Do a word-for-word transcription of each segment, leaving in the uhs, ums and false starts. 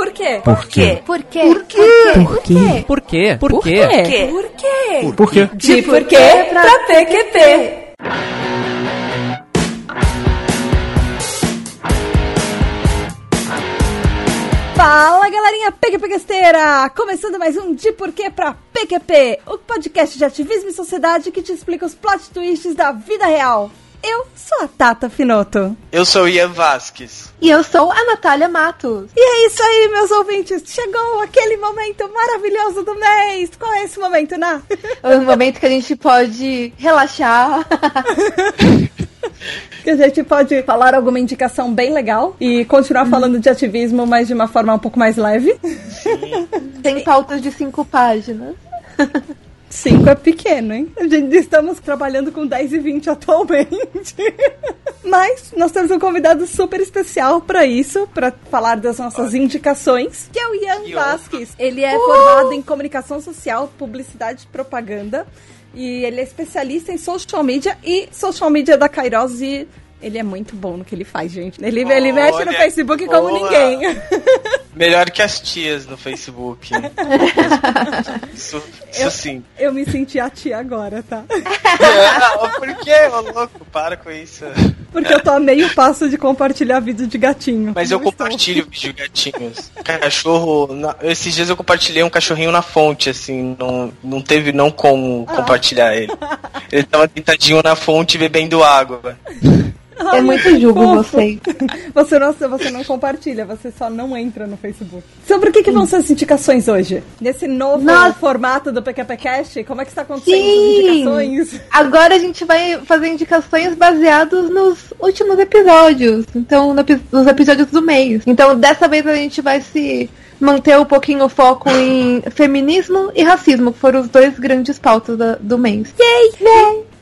Por quê? Por quê? Por quê? Por quê? Por quê? Por quê? Por Por quê? quê? Por quê? Por quê? De por quê pra P Q P. Fala, galerinha PQPquesteira! Começando mais um De Porquê pra P Q P, o podcast de ativismo e sociedade que te explica os plot twists da vida real. Eu sou a Tata Finoto. Eu sou o Ian Vasquez. E eu sou a Natália Matos. E é isso aí, meus ouvintes. Chegou aquele momento maravilhoso do mês. Qual é esse momento, Ná? É um momento que a gente pode relaxar. Que a gente pode falar alguma indicação bem legal e continuar falando de ativismo, mas de uma forma um pouco mais leve. Sim. Tem pautas de cinco páginas. Cinco é pequeno, hein? A gente estamos trabalhando com dez e vinte atualmente. Mas nós temos um convidado super especial pra isso, pra falar das nossas indicações, que é o Ian Que Vasquez. Ele é uh! formado em comunicação social, publicidade e propaganda. E ele é especialista em social media e social media da Kairos, e ele é muito bom no que ele faz, gente. Ele, Olha, ele mexe no Facebook boa. como ninguém. Melhor que as tias no Facebook. Isso, isso eu, sim. Eu me senti a tia agora, tá? Ah, por quê, ô louco? Para com isso. Porque eu tô a meio passo de compartilhar vídeo de gatinho. Mas eu Não compartilho vídeo de gatinhos. Cachorro... Na, esses dias eu compartilhei um cachorrinho na fonte, assim. Não, não teve não como ah. compartilhar ele. Ele tava deitadinho na fonte bebendo água. Ai, é muito julgo você. Você não, você não compartilha, você só não entra no Facebook. Sobre o que, que vão ser as indicações hoje? Nesse novo Nossa. formato do PQPcast, como é que está acontecendo Sim. as indicações? Agora a gente vai fazer indicações baseadas nos últimos episódios. Então, no, nos episódios do mês. Então, dessa vez a gente vai se manter um pouquinho o foco em feminismo e racismo, que foram os dois grandes pautas da, do mês. Yay! Yay!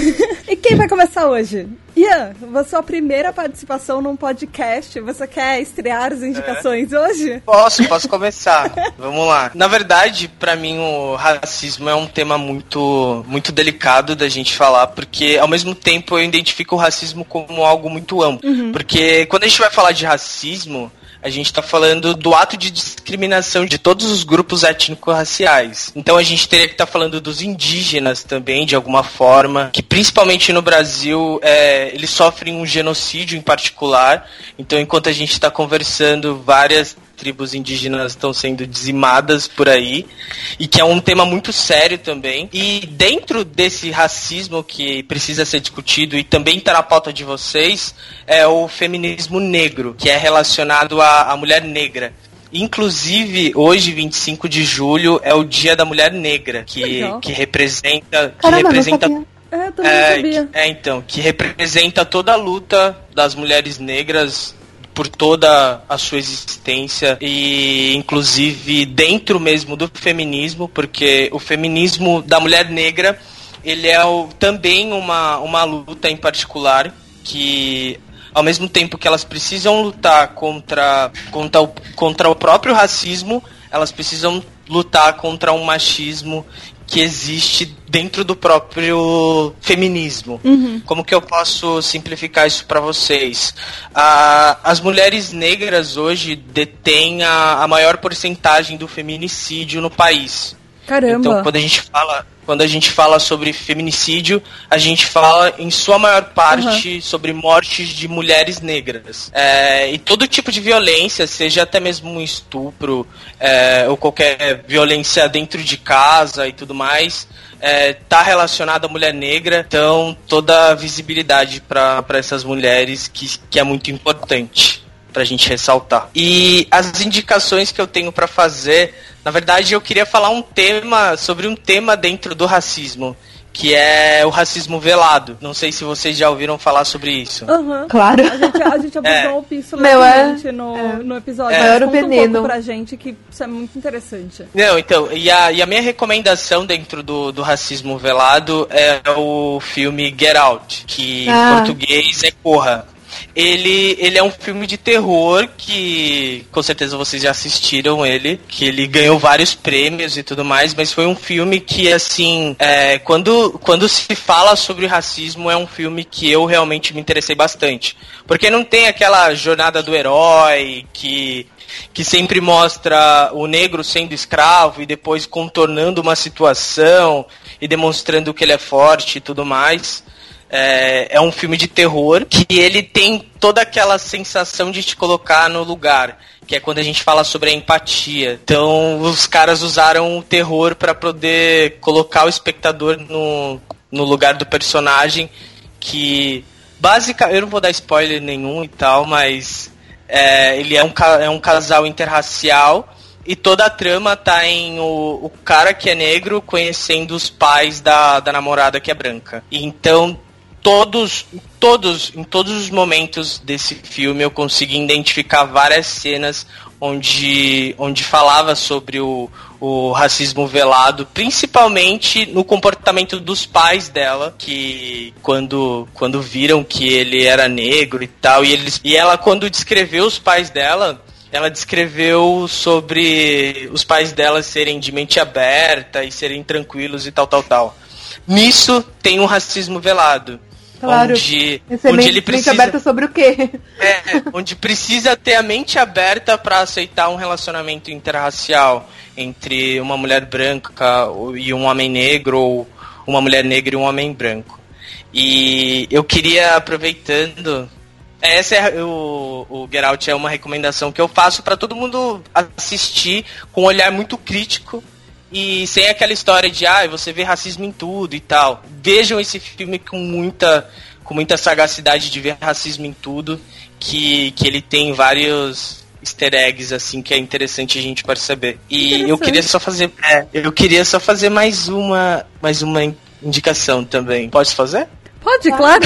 E quem vai começar hoje? Ian, a sua primeira participação num podcast, você quer estrear as indicações é. hoje? Posso, posso começar. Vamos lá. Na verdade, pra mim o racismo é um tema muito, muito delicado da gente falar, porque ao mesmo tempo eu identifico o racismo como algo muito amplo. Uhum. Porque quando a gente vai falar de racismo, a gente está falando do ato de discriminação de todos os grupos étnico-raciais. Então a gente teria que estar tá falando dos indígenas também, de alguma forma, que principalmente no Brasil, é, eles sofrem um genocídio em particular. Então enquanto a gente está conversando, várias tribos indígenas estão sendo dizimadas por aí, e que é um tema muito sério também. E dentro desse racismo que precisa ser discutido e também está na pauta de vocês, é o feminismo negro, que é relacionado à, à mulher negra. Inclusive, hoje, vinte e cinco de julho, é o Dia da Mulher Negra, que, que representa... Que Caramba, representa é, também é, sabia. Que, é, então, que representa toda a luta das mulheres negras por toda a sua existência, e inclusive dentro mesmo do feminismo, porque o feminismo da mulher negra, ele é o, também uma, uma luta em particular, que ao mesmo tempo que elas precisam lutar contra, contra, o, contra o próprio racismo, elas precisam lutar contra um machismo que existe dentro do próprio feminismo. Uhum. Como que eu posso simplificar isso para vocês? Ah, as mulheres negras hoje detêm a, a maior porcentagem do feminicídio no país. Caramba! Então, quando a gente fala, quando a gente fala sobre feminicídio, a gente fala, em sua maior parte, uhum. sobre mortes de mulheres negras. É, e todo tipo de violência, seja até mesmo um estupro, é, ou qualquer violência dentro de casa e tudo mais, está é, relacionado à mulher negra. Então, toda a visibilidade para essas mulheres, que, que é muito importante pra gente ressaltar. E as indicações que eu tenho para fazer, na verdade eu queria falar um tema, sobre um tema dentro do racismo, que é o racismo velado. Não sei se vocês já ouviram falar sobre isso. Uhum. Claro. A gente, a gente abordou é. isso legalmente é. no, é. no episódio. É. Conta o um veneno. pouco pra gente, que isso é muito interessante. Não, então, e a, e a minha recomendação dentro do, do racismo velado é o filme Get Out, que ah. em português é Corra. Ele, ele é um filme de terror que, com certeza vocês já assistiram ele, que ele ganhou vários prêmios e tudo mais, mas foi um filme que, assim, é, quando, quando se fala sobre racismo, é um filme que eu realmente me interessei bastante. Porque não tem aquela jornada do herói que... que sempre mostra o negro sendo escravo e depois contornando uma situação e demonstrando que ele é forte e tudo mais. É, é um filme de terror que ele tem toda aquela sensação de te colocar no lugar, que é quando a gente fala sobre a empatia. Então, os caras usaram o terror para poder colocar o espectador no, no lugar do personagem, que, basicamente, eu não vou dar spoiler nenhum e tal, mas... É, ele é um, é um casal interracial e toda a trama tá em o, o cara que é negro conhecendo os pais da, da namorada que é branca. E então, todos, todos, em todos os momentos desse filme eu consegui identificar várias cenas onde, onde falava sobre o, o racismo velado, principalmente no comportamento dos pais dela, que quando, quando viram que ele era negro e tal, e, eles, e ela, quando descreveu os pais dela, ela descreveu sobre os pais dela serem de mente aberta e serem tranquilos e tal, tal, tal. Nisso tem um racismo velado. Claro, onde, esse onde mente, ele precisa, mente aberta sobre o quê? É, onde precisa ter a mente aberta para aceitar um relacionamento interracial entre uma mulher branca e um homem negro, ou uma mulher negra e um homem branco. E eu queria, aproveitando... Essa é o, o Get Out é uma recomendação que eu faço para todo mundo assistir com um olhar muito crítico e sem aquela história de, ah, você vê racismo em tudo e tal. Vejam esse filme com muita, com muita sagacidade de ver racismo em tudo, que, que ele tem vários easter eggs, assim, que é interessante a gente perceber. E eu queria só fazer, é, eu queria só fazer mais uma, mais uma indicação também. Pode fazer? Pode, claro.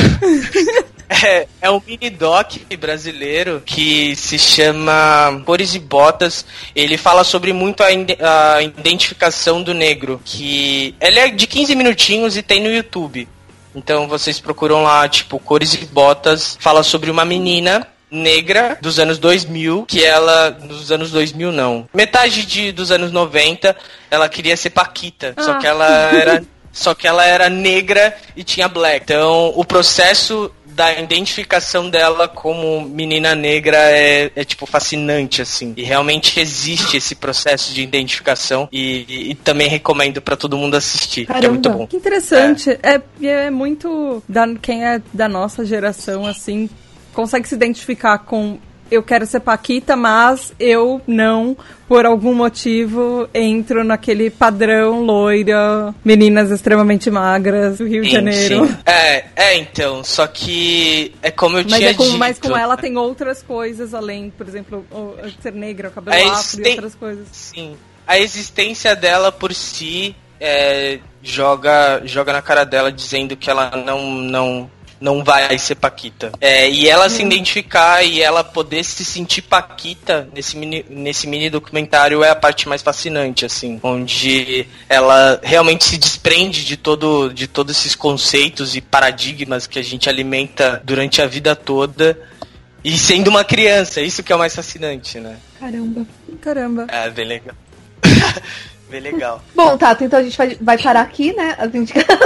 É, é um mini-doc brasileiro que se chama Cores e Botas. Ele fala sobre muito a, in- a identificação do negro, que ele é de quinze minutinhos e tem no YouTube. Então vocês procuram lá, tipo, Cores e Botas. Fala sobre uma menina negra dos anos dois mil, que ela, dos anos dois mil não, metade de, dos anos noventa, ela queria ser Paquita, ah. só que ela era... Só que ela era negra e tinha black. Então, o processo da identificação dela como menina negra é, é tipo, fascinante, assim. E realmente existe esse processo de identificação. E, e, e também recomendo pra todo mundo assistir. Caramba, que é muito bom. Que interessante. É, é, é muito... Da, quem é da nossa geração, assim, consegue se identificar com... Eu quero ser Paquita, mas eu não, por algum motivo, entro naquele padrão loira, meninas extremamente magras do Rio sim, de Janeiro. Sim. É, é, então, só que é como eu mas tinha é com, dito. Mas com ela tem outras coisas além, por exemplo, o, ser negra, o cabelo a afro existen... e outras coisas. Sim, a existência dela por si é, joga, joga na cara dela dizendo que ela não... não não vai ser Paquita. É, e ela hum. se identificar e ela poder se sentir Paquita nesse mini, nesse mini documentário é a parte mais fascinante, assim, onde ela realmente se desprende de, todo, de todos esses conceitos e paradigmas que a gente alimenta durante a vida toda e sendo uma criança, isso que é o mais fascinante, né? Caramba. Caramba. É, bem legal. Bem legal. Bom, Tato, então a gente vai, vai parar aqui, né? As indicações.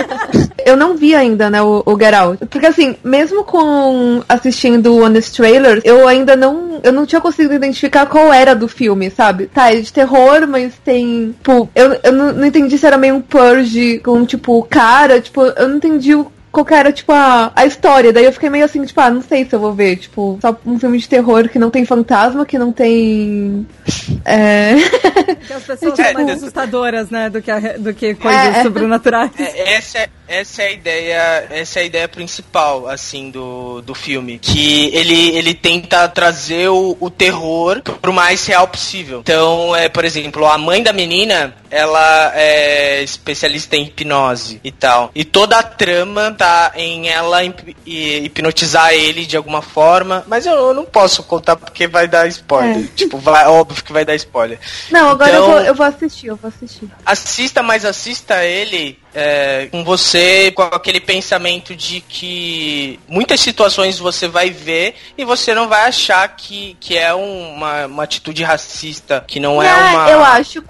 Eu não vi ainda, né, o, o Get Out. Porque, assim, mesmo com assistindo o Honest Trailers, eu ainda não... Eu não tinha conseguido identificar qual era do filme, sabe? Tá, é de terror, mas tem... Tipo, eu, eu não, não entendi se era meio um purge com, tipo, cara. Tipo, eu não entendi o... Qual que era, tipo, a, a história. Daí eu fiquei meio assim, tipo, ah, não sei se eu vou ver. Tipo, só um filme de terror que não tem fantasma, que não tem... É... Que as pessoas são mais assustadoras, né, do que, a, do que coisas é, sobrenaturais. É, essa, é, essa, é a ideia, essa é a ideia principal, assim, do, do filme. Que ele, ele tenta trazer o, o terror pro mais real possível. Então, é, por exemplo, a mãe da menina, ela é especialista em hipnose e tal. E toda a trama tá em ela hip, hipnotizar ele de alguma forma. Mas eu, eu não posso contar porque vai dar spoiler. É. Tipo, vai, óbvio que vai dar spoiler. Não, agora então, eu, vou, eu vou assistir, eu vou assistir. Assista, mas assista ele é, com você, com aquele pensamento de que muitas situações você vai ver e você não vai achar que, que é uma, uma atitude racista, que não é, é uma... Eu acho.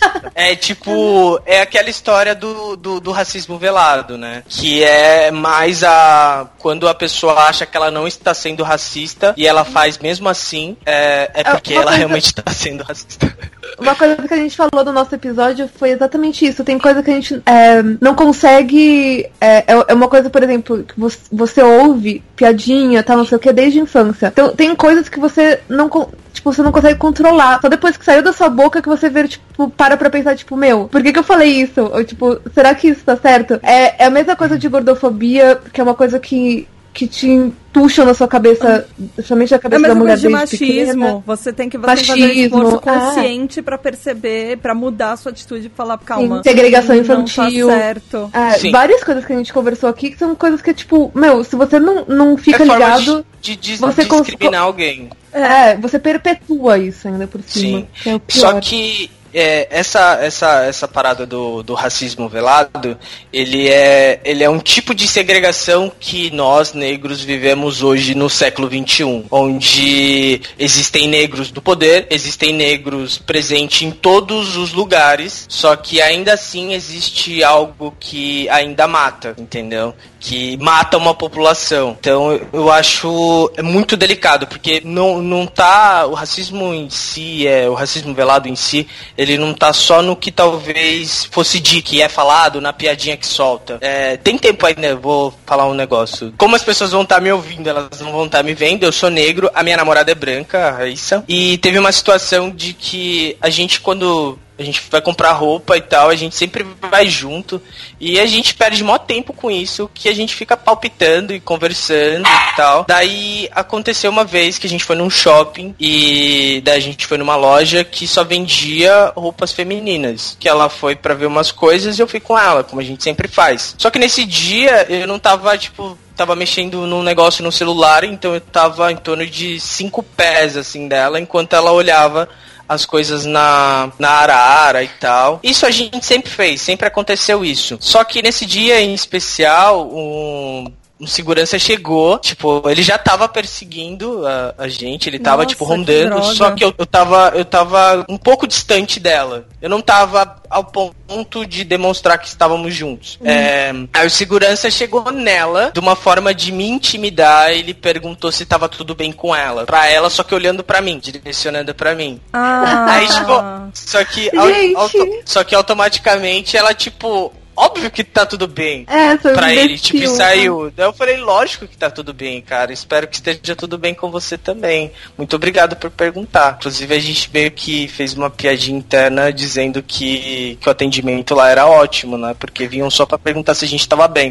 É tipo, é aquela história do, do, do racismo velado, né? Que é mais a... quando a pessoa acha que ela não está sendo racista e ela faz mesmo assim, é, é porque ela coisa... realmente está sendo racista. Uma coisa que a gente falou no nosso episódio foi exatamente isso. Tem coisa que a gente é, não consegue... É, é uma coisa, por exemplo, que você, você ouve piadinha, tá, não sei o que, desde a infância. Então, tem coisas que você não... Tipo, você não consegue controlar. Só depois que saiu da sua boca que você vê, tipo, para pra pensar, tipo, meu, por que que eu falei isso? Ou, tipo, será que isso tá certo? É, é a mesma coisa de gordofobia, que é uma coisa que... que te puxam na sua cabeça, somente na cabeça é da mulher de machismo. Pequena. Você tem que você machismo, fazer um esforço consciente ah. pra perceber, pra mudar a sua atitude e falar, calma. Sim, segregação infantil. Não tá certo. É, várias coisas que a gente conversou aqui que são coisas que, tipo, meu, se você não, não fica é ligado... De, de, você de discriminar cons... alguém. É, você perpetua isso ainda por cima. Sim. Que é o pior. Só que É, essa, essa, essa parada do, do racismo velado, ele é, ele é um tipo de segregação que nós, negros, vivemos hoje no século vinte e um, onde existem negros do poder, existem negros presentes em todos os lugares, só que ainda assim existe algo que ainda mata, entendeu? Que mata uma população. Então eu acho muito delicado, porque não, não tá, o racismo em si, é, o racismo velado em si, ele não tá só no que talvez fosse dito, que é falado, na piadinha que solta. É, tem tempo ainda, eu vou falar um negócio. Como as pessoas vão estar tá me ouvindo, elas não vão estar tá me vendo, eu sou negro, a minha namorada é branca, a Raíssa, e teve uma situação de que a gente, quando... a gente vai comprar roupa e tal, a gente sempre vai junto e a gente perde maior tempo com isso, que a gente fica palpitando e conversando e tal. Daí aconteceu uma vez que a gente foi num shopping e daí a gente foi numa loja que só vendia roupas femininas, que ela foi pra ver umas coisas e eu fui com ela, como a gente sempre faz. Só que nesse dia eu não tava, tipo... tava mexendo num negócio no celular, então eu tava em torno de cinco pés, assim, dela, enquanto ela olhava as coisas na, na arara e tal. Isso a gente sempre fez, sempre aconteceu isso. Só que nesse dia em especial, um... um segurança chegou, tipo, ele já tava perseguindo a, a gente, ele tava, Nossa, tipo, rondando, que só que eu, eu, tava, eu tava um pouco distante dela. Eu não tava ao ponto de demonstrar que estávamos juntos. Hum. É, aí o segurança chegou nela, de uma forma de me intimidar, ele perguntou se tava tudo bem com ela. Pra ela, só que olhando pra mim, direcionando pra mim. Ah. Aí, tipo, só que, auto, só que automaticamente ela, tipo... óbvio que tá tudo bem é, pra ele, tipo, e saiu. Daí eu falei, lógico que tá tudo bem, cara. Espero que esteja tudo bem com você também. Muito obrigado por perguntar. Inclusive, a gente meio que fez uma piadinha interna dizendo que, que o atendimento lá era ótimo, né? Porque vinham só pra perguntar se a gente tava bem.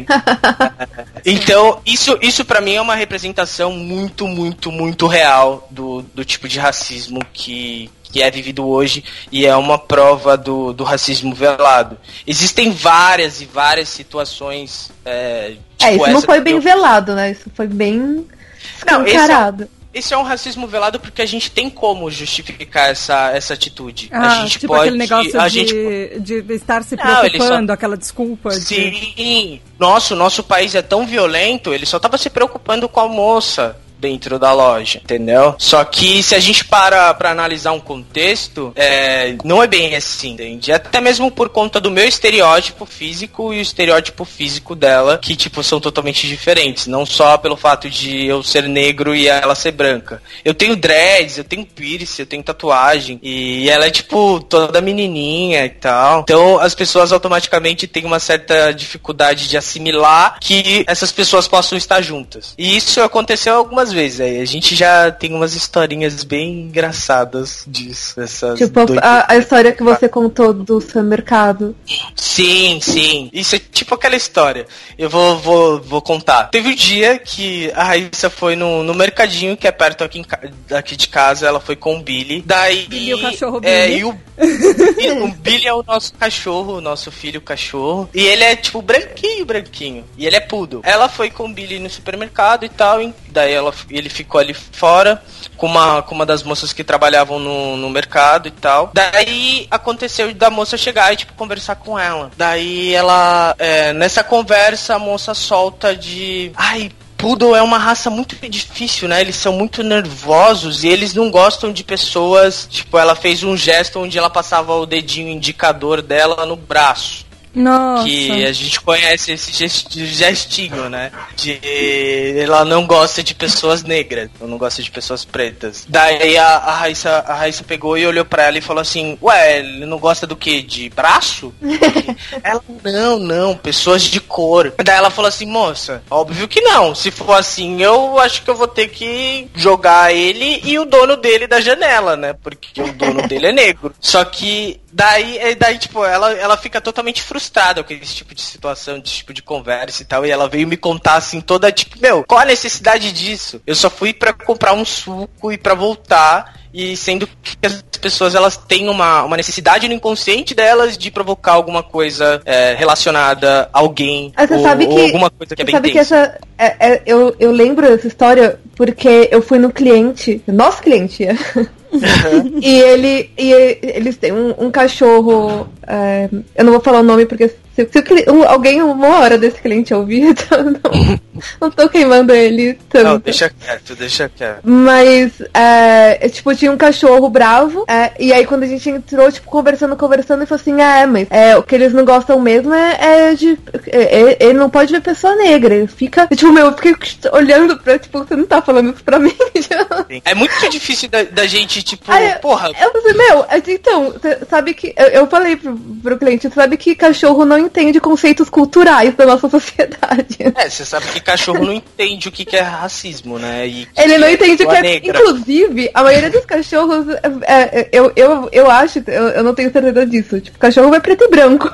Então, isso, isso pra mim é uma representação muito, muito, muito real do, do tipo de racismo que... que é vivido hoje e é uma prova do, do racismo velado. Existem várias e várias situações... É, tipo é, isso essa não foi bem eu... velado, né? Isso foi bem escancarado. Não, esse é, esse é um racismo velado porque a gente tem como justificar essa, essa atitude. Ah, a gente tipo pode... aquele negócio a de, gente... de estar se preocupando, só... aquela desculpa. Sim. De... Nosso, nosso país é tão violento, ele só tava se preocupando com a moça dentro da loja, entendeu? Só que se a gente para pra analisar um contexto, é, não é bem assim, entende? Até mesmo por conta do meu estereótipo físico e o estereótipo físico dela, que, tipo, são totalmente diferentes. Não só pelo fato de eu ser negro e ela ser branca. Eu tenho dreads, eu tenho piercing, eu tenho tatuagem, e ela é, tipo, toda menininha e tal. Então, as pessoas automaticamente têm uma certa dificuldade de assimilar que essas pessoas possam estar juntas. E isso aconteceu algumas vezes aí. A gente já tem umas historinhas bem engraçadas disso. Essas tipo a, a história que você contou do supermercado. Sim, sim. Isso é tipo aquela história. Eu vou, vou, vou contar. Teve um dia que a Raíssa foi no, no mercadinho que é perto aqui, em, aqui de casa. Ela foi com o Billy. Daí. Billy, o cachorro é, Billy. E o, e o Billy é o nosso cachorro, o nosso filho cachorro. E ele é tipo branquinho, branquinho. E ele é poodle. Ela foi com o Billy no supermercado e tal. E daí ela ele ficou ali fora com uma, com uma das moças que trabalhavam no, no mercado e tal. Daí aconteceu da moça chegar e, tipo, conversar com ela. Daí ela, é, nessa conversa, a moça solta de... Ai, Poodle é uma raça muito difícil, né? Eles são muito nervosos e eles não gostam de pessoas... Tipo, ela fez um gesto onde ela passava o dedinho indicador dela no braço. Nossa. Que a gente conhece esse gestinho, né? De ela não gosta de pessoas negras, ou não gosta de pessoas pretas. Daí a, a, Raíssa, a Raíssa pegou e olhou pra ela e falou assim: ué, ele não gosta do quê? De braço? Ela, não, não, pessoas de cor. Daí ela falou assim: moça, óbvio que não. Se for assim, eu acho que eu vou ter que jogar ele e o dono dele da janela, né? Porque o dono dele é negro. Só que daí, daí tipo, ela, ela fica totalmente frustrada com esse tipo de situação, desse tipo de conversa e tal, e ela veio me contar assim, toda tipo, meu, qual a necessidade disso? Eu só fui pra comprar um suco e pra voltar, e sendo que as pessoas, elas têm uma, uma necessidade no inconsciente delas de provocar alguma coisa é, relacionada a alguém, ah, você ou, sabe que, ou alguma coisa que é bem sabe tensa. Que essa, é, é, eu, eu lembro dessa história porque eu fui no cliente, nosso cliente, Uhum. e ele e eles têm um, um cachorro, é, eu não vou falar o nome porque se, se o, um, alguém uma hora desse cliente ouvir, então não, não tô queimando ele tanto. Não, deixa quieto, deixa quieto. Mas, é, tipo, tinha um cachorro bravo, é, e aí quando a gente entrou, tipo, conversando, conversando, ele falou assim, ah, é, mas é, o que eles não gostam mesmo é, é de... É, ele não pode ver pessoa negra, ele fica... Tipo, meu, eu fiquei olhando pra, tipo, você não tá falando isso pra mim? É muito difícil da, da gente, tipo, aí, porra... Eu falei, meu, então, você sabe que... Eu, eu falei pro, pro cliente, você sabe que cachorro não entende conceitos culturais da nossa sociedade. É, você sabe que cachorro não entende o que, que é racismo, né? E ele não é entende o que é... Negra. Inclusive, a maioria dos cachorros, é, é, eu, eu, eu acho, eu, eu não tenho certeza disso, tipo, cachorro é preto e branco.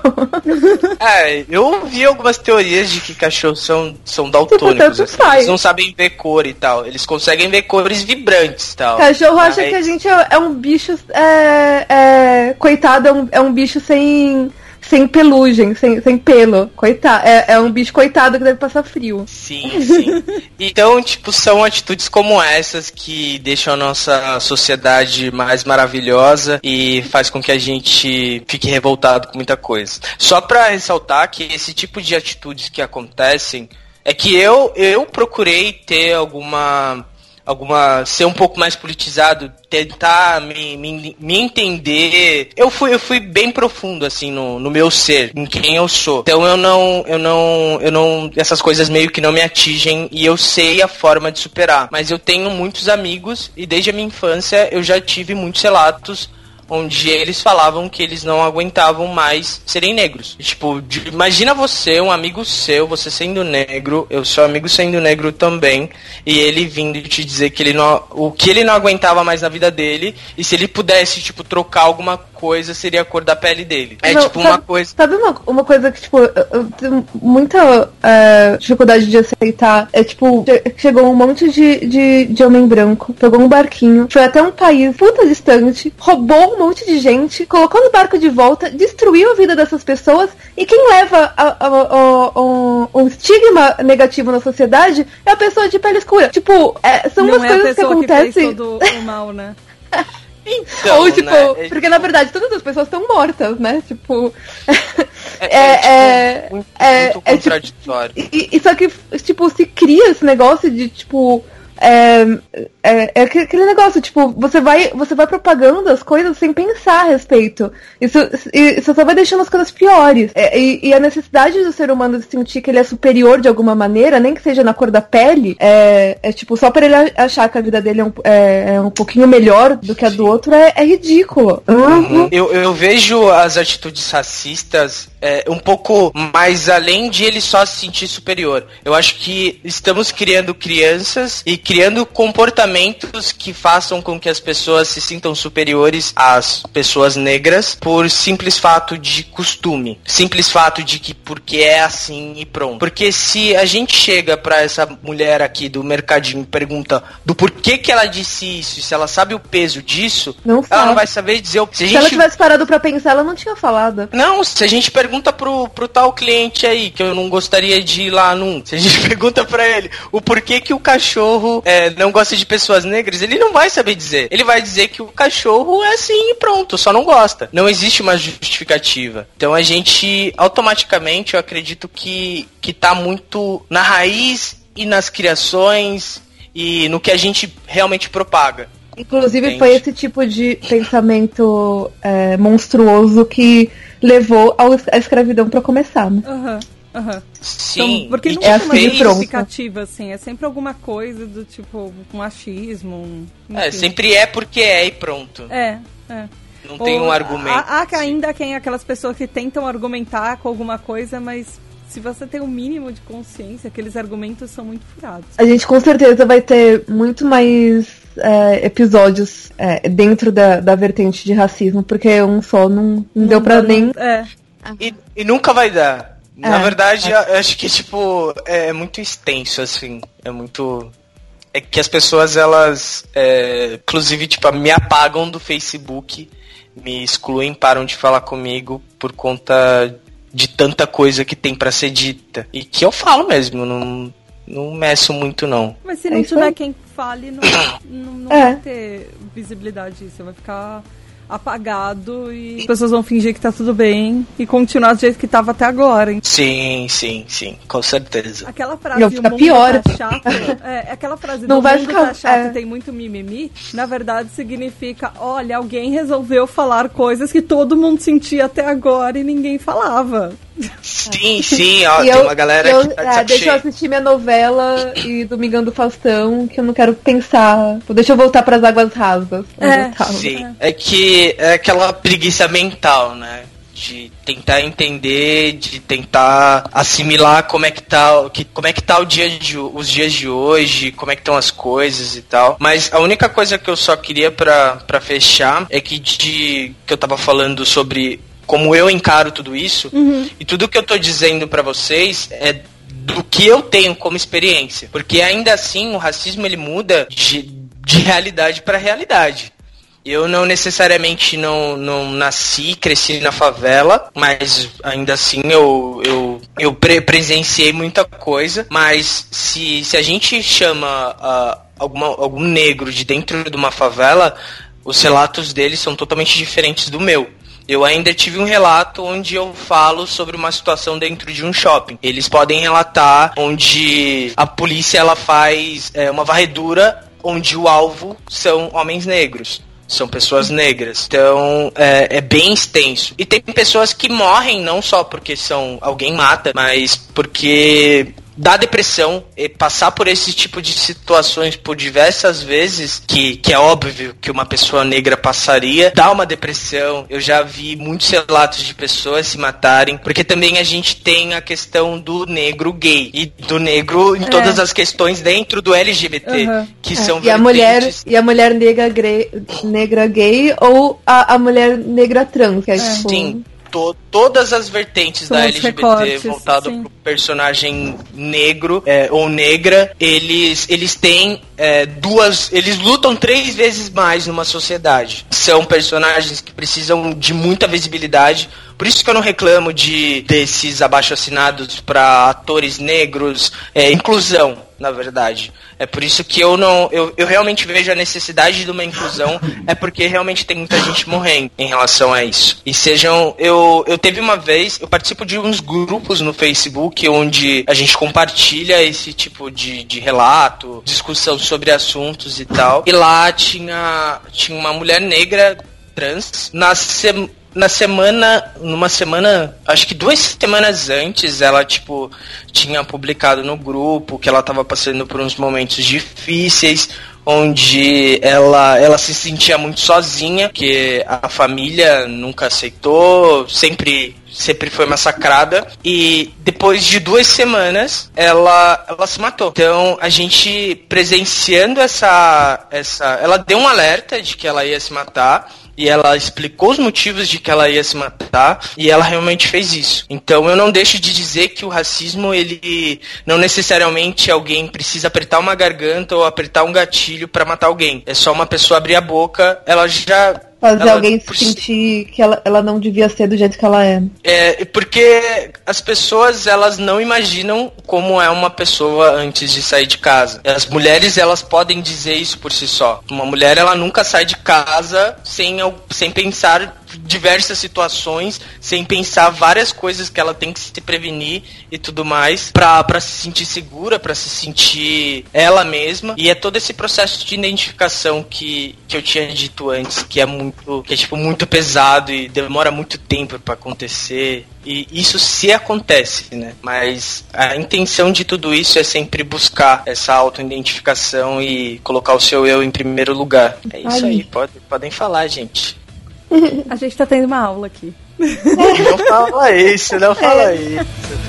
É, eu vi algumas teorias de que cachorros são, são daltônicos, tipo, assim, eles não sabem ver cor e tal, eles conseguem ver cores vibrantes e tal. Cachorro mas... acha que a gente é, é um bicho, é, é, coitado, é um, é um bicho sem... Sem pelugem, sem, sem pelo. Coitado. É, é um bicho coitado que deve passar frio. Sim, sim. Então, tipo, são atitudes como essas que deixam a nossa sociedade mais maravilhosa e faz com que a gente fique revoltado com muita coisa. Só pra ressaltar que esse tipo de atitudes que acontecem é que eu, eu procurei ter alguma... alguma ser um pouco mais politizado, tentar me, me, me entender. Eu fui, eu fui bem profundo, assim, no, no meu ser, em quem eu sou. Então eu não, eu não, eu não, essas coisas meio que não me atingem e eu sei a forma de superar. Mas eu tenho muitos amigos e desde a minha infância eu já tive muitos relatos onde eles falavam que eles não aguentavam mais serem negros. Tipo, de, imagina você, um amigo seu, você sendo negro, eu sou amigo sendo negro também, e ele vindo te dizer que ele não, o que ele não aguentava mais na vida dele, e se ele pudesse, tipo, trocar alguma coisa, seria a cor da pele dele. É, não, tipo, sabe, uma coisa... Sabe uma, uma coisa que, tipo, eu, eu tenho muita uh, dificuldade de aceitar? É, tipo, chegou um monte de, de, de homem branco, pegou um barquinho, foi até um país puta distante, roubou um monte de gente, colocou no barco de volta, destruiu a vida dessas pessoas, e quem leva a, a, a, a, um estigma negativo na sociedade é a pessoa de pele escura. Tipo, é, são Não umas é coisas que acontecem... Que fez todo o mal, né? Então, Ou, tipo, né? porque na verdade todas as pessoas estão mortas, né? Tipo. É, é, é, tipo, muito, é, muito é, contraditório. Tipo, e, e só que, tipo, se cria esse negócio de, tipo. É, é, é aquele negócio, tipo, você vai, você vai propagando as coisas sem pensar a respeito. Isso, isso só vai deixando as coisas piores. É, e, e a necessidade do ser humano de sentir que ele é superior de alguma maneira, nem que seja na cor da pele, é, é tipo, só para ele achar que a vida dele é um, é, é um pouquinho melhor do que a do outro, é, é ridículo. Uhum. Eu, eu vejo as atitudes racistas é, um pouco mais além de ele só se sentir superior. Eu acho que estamos criando crianças e criando comportamentos que façam com que as pessoas se sintam superiores às pessoas negras por simples fato de costume. Simples fato de que porque é assim e pronto. Porque se a gente chega pra essa mulher aqui do mercadinho e pergunta do porquê que ela disse isso, e se ela sabe o peso disso, não ela sabe. não vai saber dizer o... Se, se gente... ela tivesse parado pra pensar, ela não tinha falado. Não, se a gente pergunta pro, pro tal cliente aí, que eu não gostaria de ir lá nunca, se a gente pergunta pra ele o porquê que o cachorro cachorro é, não gosta de pessoas negras, ele não vai saber dizer. Ele vai dizer que o cachorro é assim e pronto, só não gosta. Não existe uma justificativa. Então a gente, automaticamente, eu acredito que, que tá muito na raiz e nas criações e no que a gente realmente propaga. Inclusive Entende? Foi esse tipo de pensamento é, monstruoso que levou ao, à escravidão pra começar, né? Aham. Uhum. Sim, então, porque e não é é uma assim, justificativa, assim, é sempre alguma coisa do tipo machismo. Um, é, sempre é porque é e pronto. É, é. Não tem Ou, um argumento. Há, há ainda quem aquelas pessoas que tentam argumentar com alguma coisa, mas se você tem um mínimo de consciência, aqueles argumentos são muito furados. A gente com certeza vai ter muito mais é, episódios é, dentro da, da vertente de racismo, porque um só não, não, não deu pra não, nem... É. E, e nunca vai dar. Na É, verdade, é. eu acho que, tipo, é muito extenso, assim. É muito... É que as pessoas, elas, é, inclusive, tipo, me apagam do Facebook, me excluem, param de falar comigo por conta de tanta coisa que tem pra ser dita. E que eu falo mesmo, não, não meço muito, não. Mas se não É isso tiver aí. quem fale, não, não, não É. vai ter visibilidade. Você vai ficar apagado e as pessoas vão fingir que tá tudo bem e continuar do jeito que tava até agora. Hein? Sim, sim, sim, com certeza. Aquela Não, frase, o fica mundo pior. tá chato, é, aquela frase Não do vai mundo ficar- tá chato é. e tem muito mimimi, na verdade significa, olha, alguém resolveu falar coisas que todo mundo sentia até agora e ninguém falava. Sim, sim, ó, E tem eu- uma galera eu, que tá de é, saco deixa eu cheio. assistir minha novela e Domingão do Faustão, que eu não quero pensar. Deixa eu voltar pras águas rasas. onde É. eu tava. Sim, é que é aquela preguiça mental, né? De tentar entender, de tentar assimilar como é que tá, que, como é que tá o dia de, os dias de hoje, como é que estão as coisas e tal. Mas a única coisa que eu só queria pra, pra fechar é que de que eu tava falando sobre como eu encaro tudo isso, Uhum. e tudo que eu tô dizendo pra vocês é do que eu tenho como experiência. Porque ainda assim o racismo ele muda de, de realidade pra realidade. Eu não necessariamente não, não nasci, cresci na favela, mas ainda assim eu, eu, eu pre- presenciei muita coisa. Mas se, se a gente chama uh, alguma, algum negro de dentro de uma favela, os relatos deles são totalmente diferentes do meu. Eu ainda tive um relato onde eu falo sobre uma situação dentro de um shopping. Eles podem relatar onde a polícia ela faz é, uma varredura onde o alvo são homens negros. São pessoas negras. Então, é, é bem extenso. E tem pessoas que morrem não só porque são alguém mata, mas porque dá depressão. E passar por esse tipo de situações por diversas vezes, que, que é óbvio que uma pessoa negra passaria, dá uma depressão. Eu já vi muitos relatos de pessoas se matarem, porque também a gente tem a questão do negro gay. E do negro em É. todas as questões dentro do L G B T, Uhum. que É, são e a mulher vertentes. e a mulher negra, gre- negra gay ou a, a mulher negra trans, que é, tipo... Sim, to- todas as vertentes São da os L G B T recortes, voltado sim. pro personagem negro é, ou negra, eles, eles têm é, duas. Eles lutam três vezes mais numa sociedade. São personagens que precisam de muita visibilidade. Por isso que eu não reclamo de desses abaixo-assinados para atores negros, é, inclusão, na verdade. É por isso que eu não. Eu, eu realmente vejo a necessidade de uma inclusão, é porque realmente tem muita gente morrendo em relação a isso. E sejam. Eu, eu teve uma vez, eu participo de uns grupos no Facebook onde a gente compartilha esse tipo de, de relato, discussão sobre assuntos e tal. E lá tinha, tinha uma mulher negra trans na semana. Na semana, numa semana, acho que duas semanas antes, ela, tipo, tinha publicado no grupo que ela tava passando por uns momentos difíceis, onde ela, ela se sentia muito sozinha, que a família nunca aceitou, sempre, sempre foi massacrada, e depois de duas semanas, ela, ela se matou. Então, a gente presenciando essa, essa, ela deu um alerta de que ela ia se matar, e ela explicou os motivos de que ela ia se matar, e ela realmente fez isso. Então eu não deixo de dizer que o racismo, ele não necessariamente alguém precisa apertar uma garganta ou apertar um gatilho pra matar alguém. É só uma pessoa abrir a boca, ela já Fazer ela, alguém por... sentir que ela, ela não devia ser do jeito que ela é. É, porque as pessoas, elas não imaginam como é uma pessoa antes de sair de casa. As mulheres, elas podem dizer isso por si só. Uma mulher, ela nunca sai de casa sem, sem pensar diversas situações, sem pensar várias coisas que ela tem que se prevenir e tudo mais, pra, pra se sentir segura, pra se sentir ela mesma. E é todo esse processo de identificação que, que eu tinha dito antes, que é muito, que é tipo muito pesado e demora muito tempo pra acontecer. E isso se acontece, né? Mas a intenção de tudo isso é sempre buscar essa auto-identificação e colocar o seu eu em primeiro lugar. É isso aí, pode, podem falar, gente. A gente tá tendo uma aula aqui. Não fala isso, não fala isso.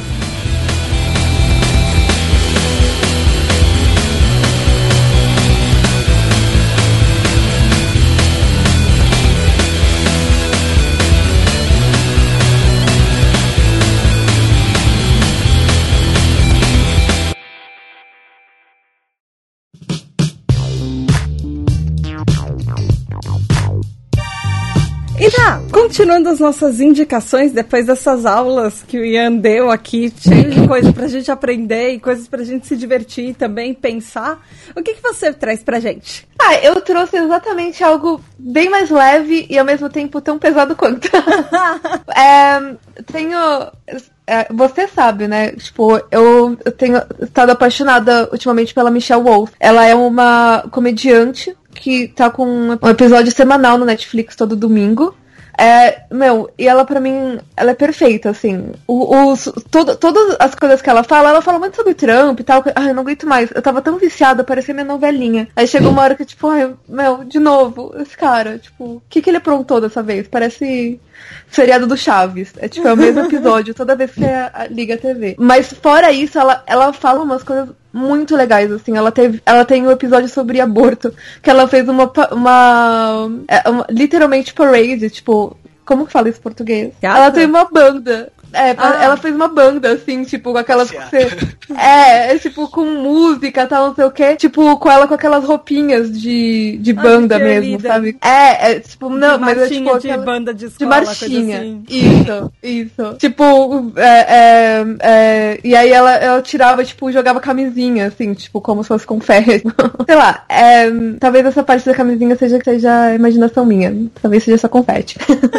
E tá, continuando as nossas indicações, depois dessas aulas que o Ian deu aqui, cheio de coisa pra gente aprender e coisas pra gente se divertir e também pensar, o que, que você traz pra gente? Ah, eu trouxe exatamente algo bem mais leve e ao mesmo tempo tão pesado quanto. é, tenho... É, você sabe, né? Tipo, eu, eu tenho estado apaixonada ultimamente pela Michelle Wolf. Ela é uma comediante que tá com um episódio semanal no Netflix todo domingo. É, meu, e ela pra mim, ela é perfeita, assim. O, os, todo, todas as coisas que ela fala, ela fala muito sobre Trump e tal. Ai, eu não aguento mais. Eu tava tão viciada, parecia minha novelinha. Aí chegou uma hora que, tipo, ai, meu, de novo, esse cara, tipo, o que que ele aprontou dessa vez? Parece seriado do Chaves. É tipo, é o mesmo episódio toda vez que você liga a T V. Mas fora isso, ela, ela fala umas coisas muito legais, assim. Ela, teve, ela tem um episódio sobre aborto, que ela fez uma, uma, uma literalmente parade, tipo, como que fala isso em português? Teatro? Ela tem uma banda. É, ah. Ela fez uma banda, assim, tipo, com aquelas que você... É, é, tipo, com música, tal, não sei o quê. Tipo, com ela com aquelas roupinhas de, de banda ah, de mesmo, sabe? É, é, tipo, não, de mas é tipo... de aquela... banda de escola, de marchinha. Assim. Isso, isso. Tipo, é, é, é, e aí ela, ela tirava, tipo, jogava camisinha, assim, tipo, como se fosse confete. Sei lá, é, talvez essa parte da camisinha seja, seja imaginação minha. Talvez seja só confete.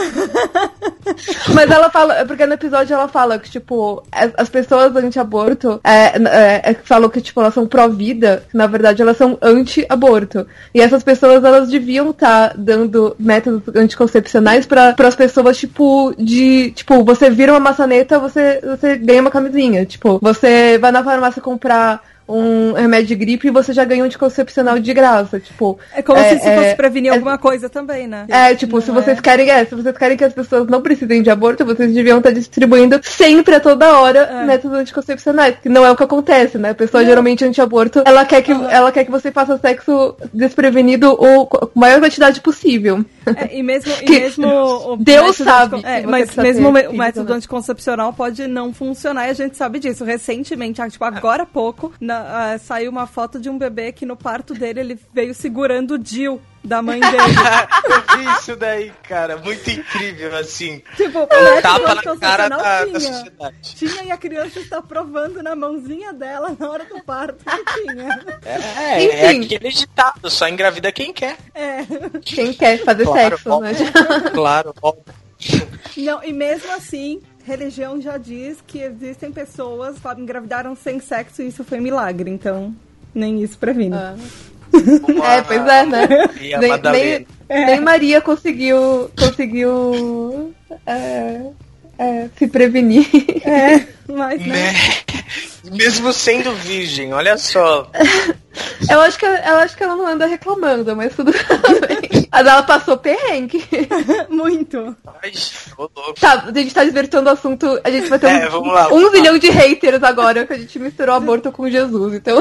Mas ela fala, porque no episódio ela fala que, tipo, as, as pessoas anti-aborto é, é, é, falam que, tipo, elas são pró-vida, que na verdade elas são anti-aborto. E essas pessoas, elas deviam estar tá dando métodos anticoncepcionais para as pessoas, tipo, de, tipo, você vira uma maçaneta, você, você ganha uma camisinha. Tipo, você vai na farmácia comprar um remédio de gripe e você já ganha um anticoncepcional de graça, tipo... É como é, se isso é, fosse prevenir é, alguma coisa também, né? É, tipo, não se vocês é... querem, é, se vocês querem que as pessoas não precisem de aborto, vocês deviam estar distribuindo sempre, a toda hora, é. métodos anticoncepcionais, que não é o que acontece, né? A pessoa não. geralmente anti-aborto, ela quer que, uhum. ela quer que você faça sexo desprevenido ou com a maior quantidade possível. É, e mesmo, e mesmo o Deus sabe. É, mas mesmo o método anticoncepcional pode não funcionar e a gente sabe disso. Recentemente, tipo, agora há pouco, na, uh, saiu uma foto de um bebê que no parto dele ele veio segurando o D I U da mãe dele. Eu vi isso daí, cara. Muito incrível, assim. Tipo, um tapa na cara da, da sociedade. Tinha e a criança está provando na mãozinha dela na hora do parto que tinha. É, é aquele ditado, só engravida quem quer. É. Quem quer fazer claro, sexo, óbvio. Né? Claro, óbvio. Não, e mesmo assim, religião já diz que existem pessoas que engravidaram sem sexo e isso foi milagre, então nem isso previne. Ah. Uma, é, pois é, né? Nem, nem, é. nem Maria conseguiu, conseguiu é, é, se prevenir. É, mas né? Mesmo sendo virgem, olha só. Eu acho, que, eu acho que ela não anda reclamando, mas tudo bem. Mas ela passou perrengue. Muito. Ai, tô louco. Tá, a gente tá desvirtuando o assunto. A gente vai ter é, um, lá, um zilhão de haters agora, que a gente misturou aborto com Jesus, então...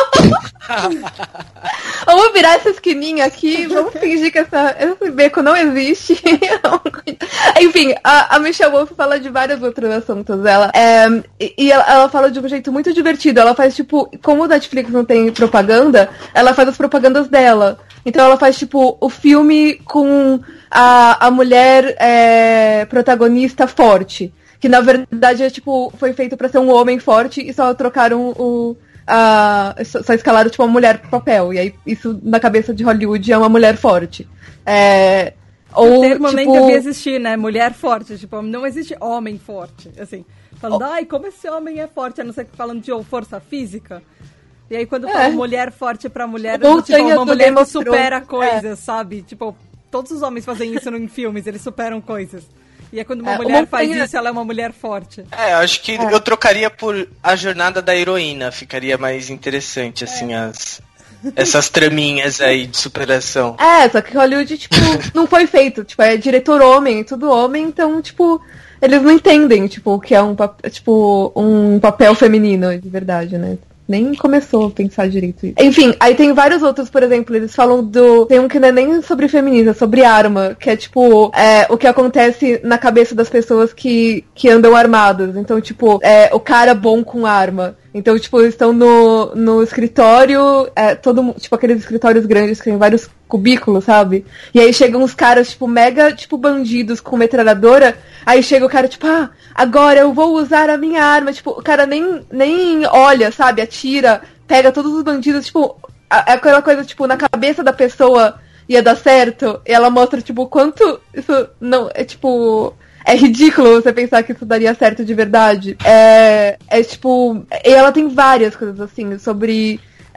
Vamos virar essa esquininha aqui, vamos fingir que essa, esse beco não existe. Enfim, a, a Michelle Wolf fala de vários outros assuntos. Ela, é, e ela, ela fala de um jeito muito divertido. Ela faz, tipo, como o Netflix não tem propaganda, ela faz as propagandas dela. Então ela faz, tipo, o filme com a, a mulher é, protagonista forte. Que, na verdade, é, tipo, foi feito pra ser um homem forte e só trocaram o... A, só escalaram, tipo, uma mulher pro papel. E aí, isso, na cabeça de Hollywood, é uma mulher forte. É... Ou, o termo tipo... nem devia existir, né? Mulher forte. Tipo, não existe homem forte. Assim, falando, ai, como esse homem é forte, a não ser que falando de força física. E aí, quando é. fala mulher forte pra mulher, é tipo, uma mulher que supera coisas, é. sabe? Tipo, todos os homens fazem isso em filmes, eles superam coisas. E é quando uma é, mulher faz montanha... isso, ela é uma mulher forte. É, eu acho que é. eu trocaria por a jornada da heroína, ficaria mais interessante, assim, é. as... essas traminhas aí de superação. É, só que Hollywood, tipo, não foi feito. Tipo, é diretor homem, tudo homem, então, tipo, eles não entendem, tipo, que é um, tipo, um papel feminino, de verdade, né? Nem começou a pensar direito isso. Enfim, aí tem vários outros, por exemplo, eles falam do... Tem um que não é nem sobre feminismo, é sobre arma, que é, tipo, é, o que acontece na cabeça das pessoas que, que andam armadas. Então, tipo, é, o cara bom com arma. Então, tipo, eles estão no, no escritório, é, todo, tipo, aqueles escritórios grandes que tem vários cubículos, sabe? E aí chegam uns caras, tipo, mega, tipo, bandidos com metralhadora. Aí chega o cara, tipo, ah, agora eu vou usar a minha arma. Tipo, o cara nem, nem olha, sabe? Atira, pega todos os bandidos, tipo, é aquela coisa, tipo, na cabeça da pessoa ia dar certo. E ela mostra, tipo, quanto isso não, é, tipo... É ridículo você pensar que isso daria certo de verdade. É, é tipo... E ela tem várias coisas, assim, sobre...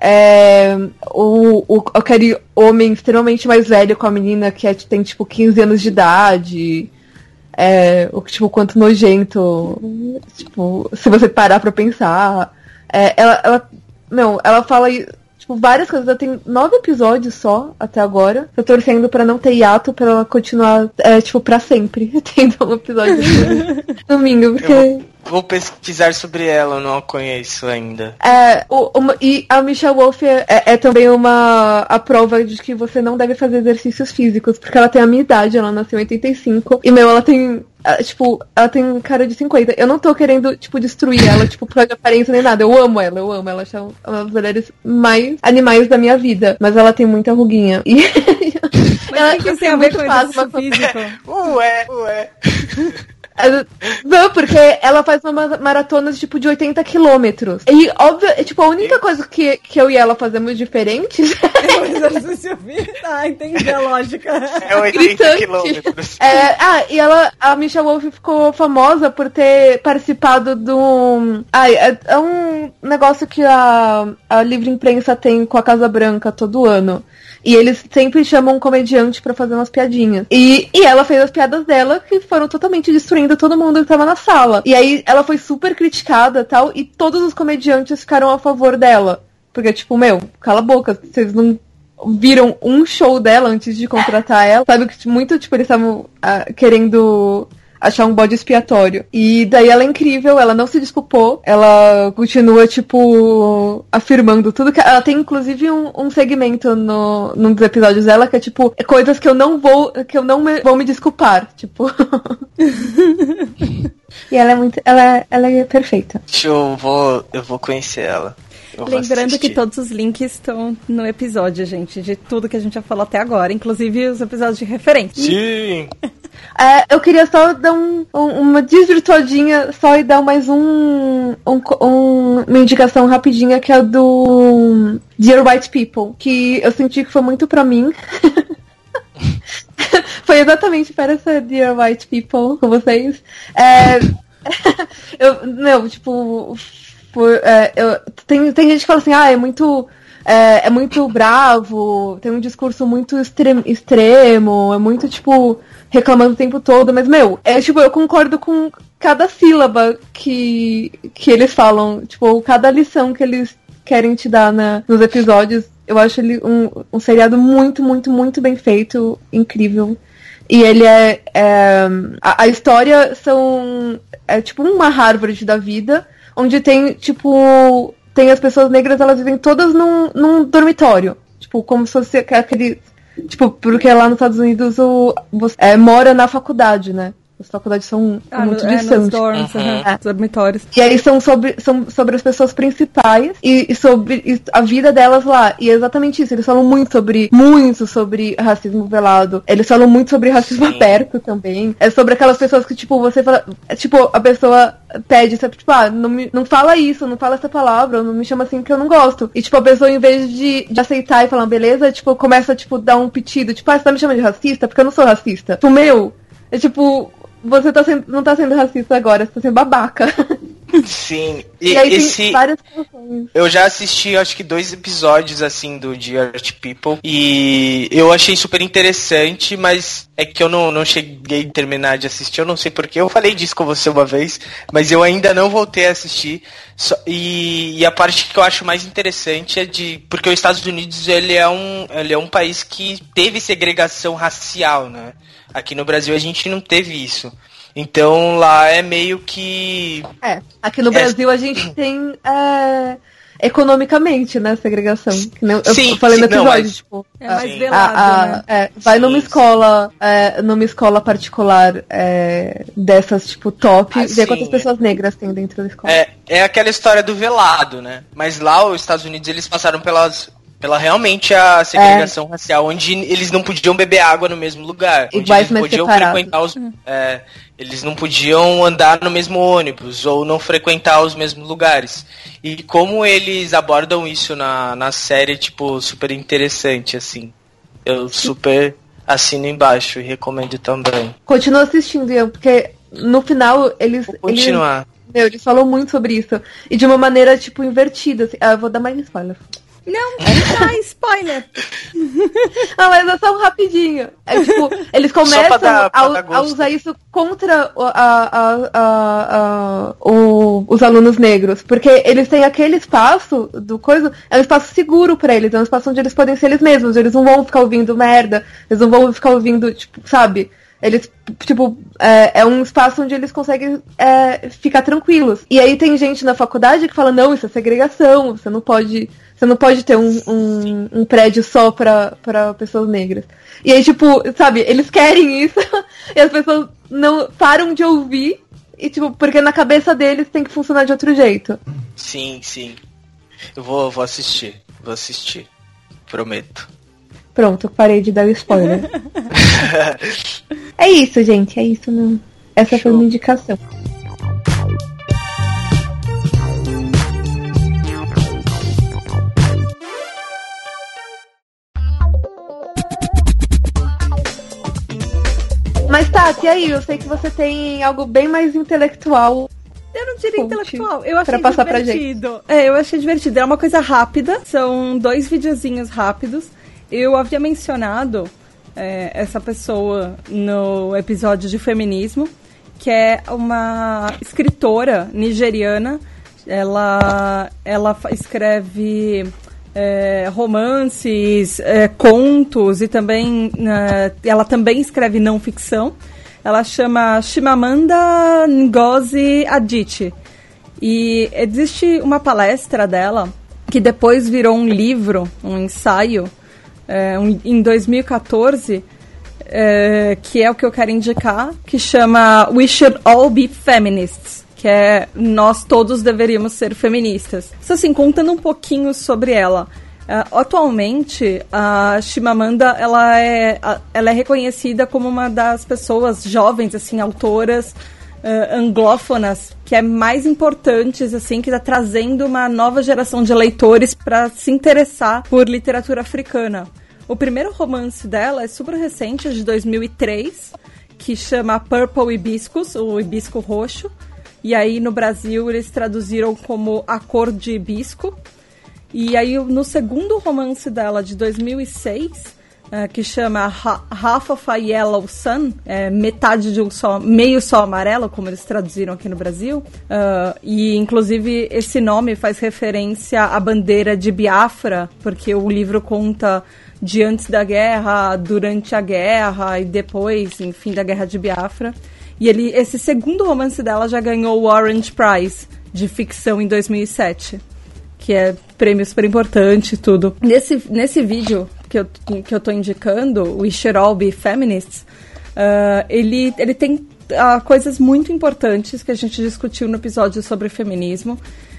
É, o, o, aquele homem extremamente mais velho com a menina que é, tem, tipo, quinze anos de idade. É, o tipo, quanto nojento. Tipo, se você parar pra pensar. É, ela, ela... Não, ela fala... Tipo, várias coisas. Ela tem nove episódios só, até agora. Tô torcendo pra não ter hiato, pra ela continuar, é, tipo, pra sempre. Tendo um episódio domingo, porque... Eu vou, vou pesquisar sobre ela, eu não a conheço ainda. É, o, uma, e a Michelle Wolf é, é, é também uma a prova de que você não deve fazer exercícios físicos, porque ela tem a minha idade, ela nasceu em oitenta e cinco, e, meu, ela tem... Tipo, ela tem cara de cinquenta. Eu não tô querendo, tipo, destruir ela, tipo, por causa de aparência nem nada. Eu amo ela, eu amo ela. Acho ela uma das mulheres mais animais da minha vida. Mas ela tem muita ruguinha. E... Mas ela, que tem a ver com exercício físico? Ué, ué. Não, porque ela faz uma maratona de, tipo, de oitenta quilômetros. E, óbvio, é, tipo, a única coisa que, que eu e ela fazemos diferentes é o exercício físico. Ah, entendi a lógica. É oitenta quilômetros. É, ah, e ela, a Michelle Wolf ficou famosa por ter participado do... Ah, é, é um negócio que a, a Livre Imprensa tem com a Casa Branca todo ano. E eles sempre chamam um comediante pra fazer umas piadinhas. E, e ela fez as piadas dela, que foram totalmente destruindo todo mundo que tava na sala. E aí ela foi super criticada e tal, e todos os comediantes ficaram a favor dela. Porque, tipo, meu, cala a boca, vocês não viram um show dela antes de contratar ela. Sabe que muito, tipo, eles estavam ah, querendo... achar um bode expiatório. E daí ela é incrível, ela não se desculpou, ela continua, tipo, afirmando tudo que... Ela tem, inclusive, um, um segmento no, num dos episódios dela que é, tipo, coisas que eu não vou, que eu não me, vou me desculpar, tipo... E ela é muito... Ela, ela é perfeita. Eu vou, eu vou conhecer ela. Lembrando que todos os links estão no episódio, gente, de tudo que a gente já falou até agora, inclusive os episódios de referência. Sim! É, eu queria só dar um, um, uma desvirtuadinha, só e dar mais um, um, um uma indicação rapidinha, que é do Dear White People, que eu senti que foi muito pra mim. Foi exatamente para essa Dear White People com vocês. É, eu, meu, tipo... Por, é, eu, tem, tem gente que fala assim, ah, é muito, é, é muito bravo, tem um discurso muito extremo, extremo, é muito, tipo, reclamando o tempo todo, mas, meu, é, tipo, eu concordo com cada sílaba que, que eles falam, tipo, cada lição que eles querem te dar na, nos episódios, eu acho ele um, um seriado muito, muito, muito bem feito, incrível. E ele é, é a, a história são, é tipo uma Harvard da vida, onde tem, tipo, tem as pessoas negras, elas vivem todas num, num dormitório. Tipo, como se fosse aquele... Tipo, porque lá nos Estados Unidos o, você é, mora na faculdade, né? As faculdades são, são ah, muito no, distantes. É, nos dorms, uhum. uhum. É. dormitórios. E aí são sobre, são sobre as pessoas principais e, e sobre e a vida delas lá. E é exatamente isso. Eles falam muito sobre, muito sobre racismo velado. Eles falam muito sobre racismo Sim. aberto também. É sobre aquelas pessoas que, tipo, você fala... Tipo, a pessoa pede, sabe, tipo, ah, não, me, não fala isso, não fala essa palavra, não me chama assim que eu não gosto. E, tipo, a pessoa, em vez de, de aceitar e falar, beleza, tipo, começa, tipo, dar um pedido. Tipo, ah, você tá me chamando de racista? Porque eu não sou racista. Tipo, meu, é tipo... Você tá sendo, não tá sendo racista agora, você tá sendo babaca. Sim, e, E aí esse... tem várias situações. Eu já assisti, acho que dois episódios, assim, do The Art People, e eu achei super interessante, mas é que eu não, não cheguei a terminar de assistir, eu não sei porquê, eu falei disso com você uma vez, mas eu ainda não voltei a assistir, só, e, e a parte que eu acho mais interessante é de... Porque os Estados Unidos, ele é um, ele é um país que teve segregação racial, né? Aqui no Brasil a gente não teve isso. Então lá é meio que... É, aqui no é... Brasil a gente tem é, economicamente, né, segregação. Que nem eu sim, falei sim, no episódio, não, mas... tipo... É mais sim. velado, a, a, né? é, vai Sim, numa sim. escola, é, numa escola particular é, dessas, tipo, top, Ah, ver sim. quantas pessoas negras tem dentro da escola. É, é aquela história do velado, né? Mas lá os Estados Unidos, eles passaram pelas... Pela realmente a segregação é. racial, onde eles não podiam beber água no mesmo lugar. Onde Iguais, eles não podiam frequentar os. É, eles não podiam andar no mesmo ônibus ou não frequentar os mesmos lugares. E como eles abordam isso na, na série, tipo, super interessante, assim. Eu super assino embaixo e recomendo também. Continua assistindo, Ian, porque no final eles. Vou continuar. Eles, meu, eles falam muito sobre isso. E de uma maneira, tipo, invertida. Assim. Ah, eu vou dar mais spoiler. Não, não dá spoiler. Não, mas é só um rapidinho. É tipo, eles começam dar, a, a usar isso contra a, a, a, a, o, os alunos negros. Porque eles têm aquele espaço do coisa, é um espaço seguro pra eles, é um espaço onde eles podem ser eles mesmos. Eles não vão ficar ouvindo merda, eles não vão ficar ouvindo, tipo, sabe? Eles, tipo, é, é um espaço onde eles conseguem é, ficar tranquilos. E aí tem gente na faculdade que fala, não, isso é segregação, você não pode... Você não pode ter um, um, um prédio só pra, pra pessoas negras. E aí, tipo, sabe, eles querem isso e as pessoas não param de ouvir. E, tipo, porque na cabeça deles tem que funcionar de outro jeito. Sim, sim. Eu vou, vou assistir. Vou assistir. Prometo. Pronto, eu parei de dar o spoiler. É isso, gente. É isso mesmo. Essa Show. Foi uma indicação. Mas, Tati, e aí? Eu sei que você tem algo bem mais intelectual. Eu não diria intelectual, eu achei pra passar divertido. Pra gente. É, eu achei divertido. É uma coisa rápida, são dois videozinhos rápidos. Eu havia mencionado é, essa pessoa no episódio de feminismo, que é uma escritora nigeriana. Ela, ela escreve... É, romances, é, contos e também é, ela também escreve não ficção. Ela chama Chimamanda Ngozi Adichie e existe uma palestra dela que depois virou um livro, um ensaio é, um, em dois mil e catorze é, que é o que eu quero indicar, que chama We Should All Be Feminists, que é nós todos deveríamos ser feministas. Isso assim, contando um pouquinho sobre ela. Uh, atualmente, a Chimamanda, ela é, ela é reconhecida como uma das pessoas jovens, assim, autoras uh, anglófonas, que é mais importantes, assim, que está trazendo uma nova geração de leitores para se interessar por literatura africana. O primeiro romance dela é super recente, é de dois mil e três, que chama Purple Hibiscus, o hibisco roxo. E aí, no Brasil, eles traduziram como A Cor de Hibisco. E aí, no segundo romance dela, de dois mil e seis, uh, que chama Half of a Yellow Sun, é, metade de um sol, meio sol amarelo, como eles traduziram aqui no Brasil. Uh, e, inclusive, esse nome faz referência à bandeira de Biafra, porque o livro conta de antes da guerra, durante a guerra e depois, enfim, da guerra de Biafra. E ele, esse segundo romance dela já ganhou o Orange Prize de ficção em dois mil e sete, que é prêmio super importante e tudo. Nesse, nesse vídeo que eu, que eu tô indicando, We Should All Be Feminists, uh, ele, ele tem uh, coisas muito importantes que a gente discutiu no episódio sobre feminismo.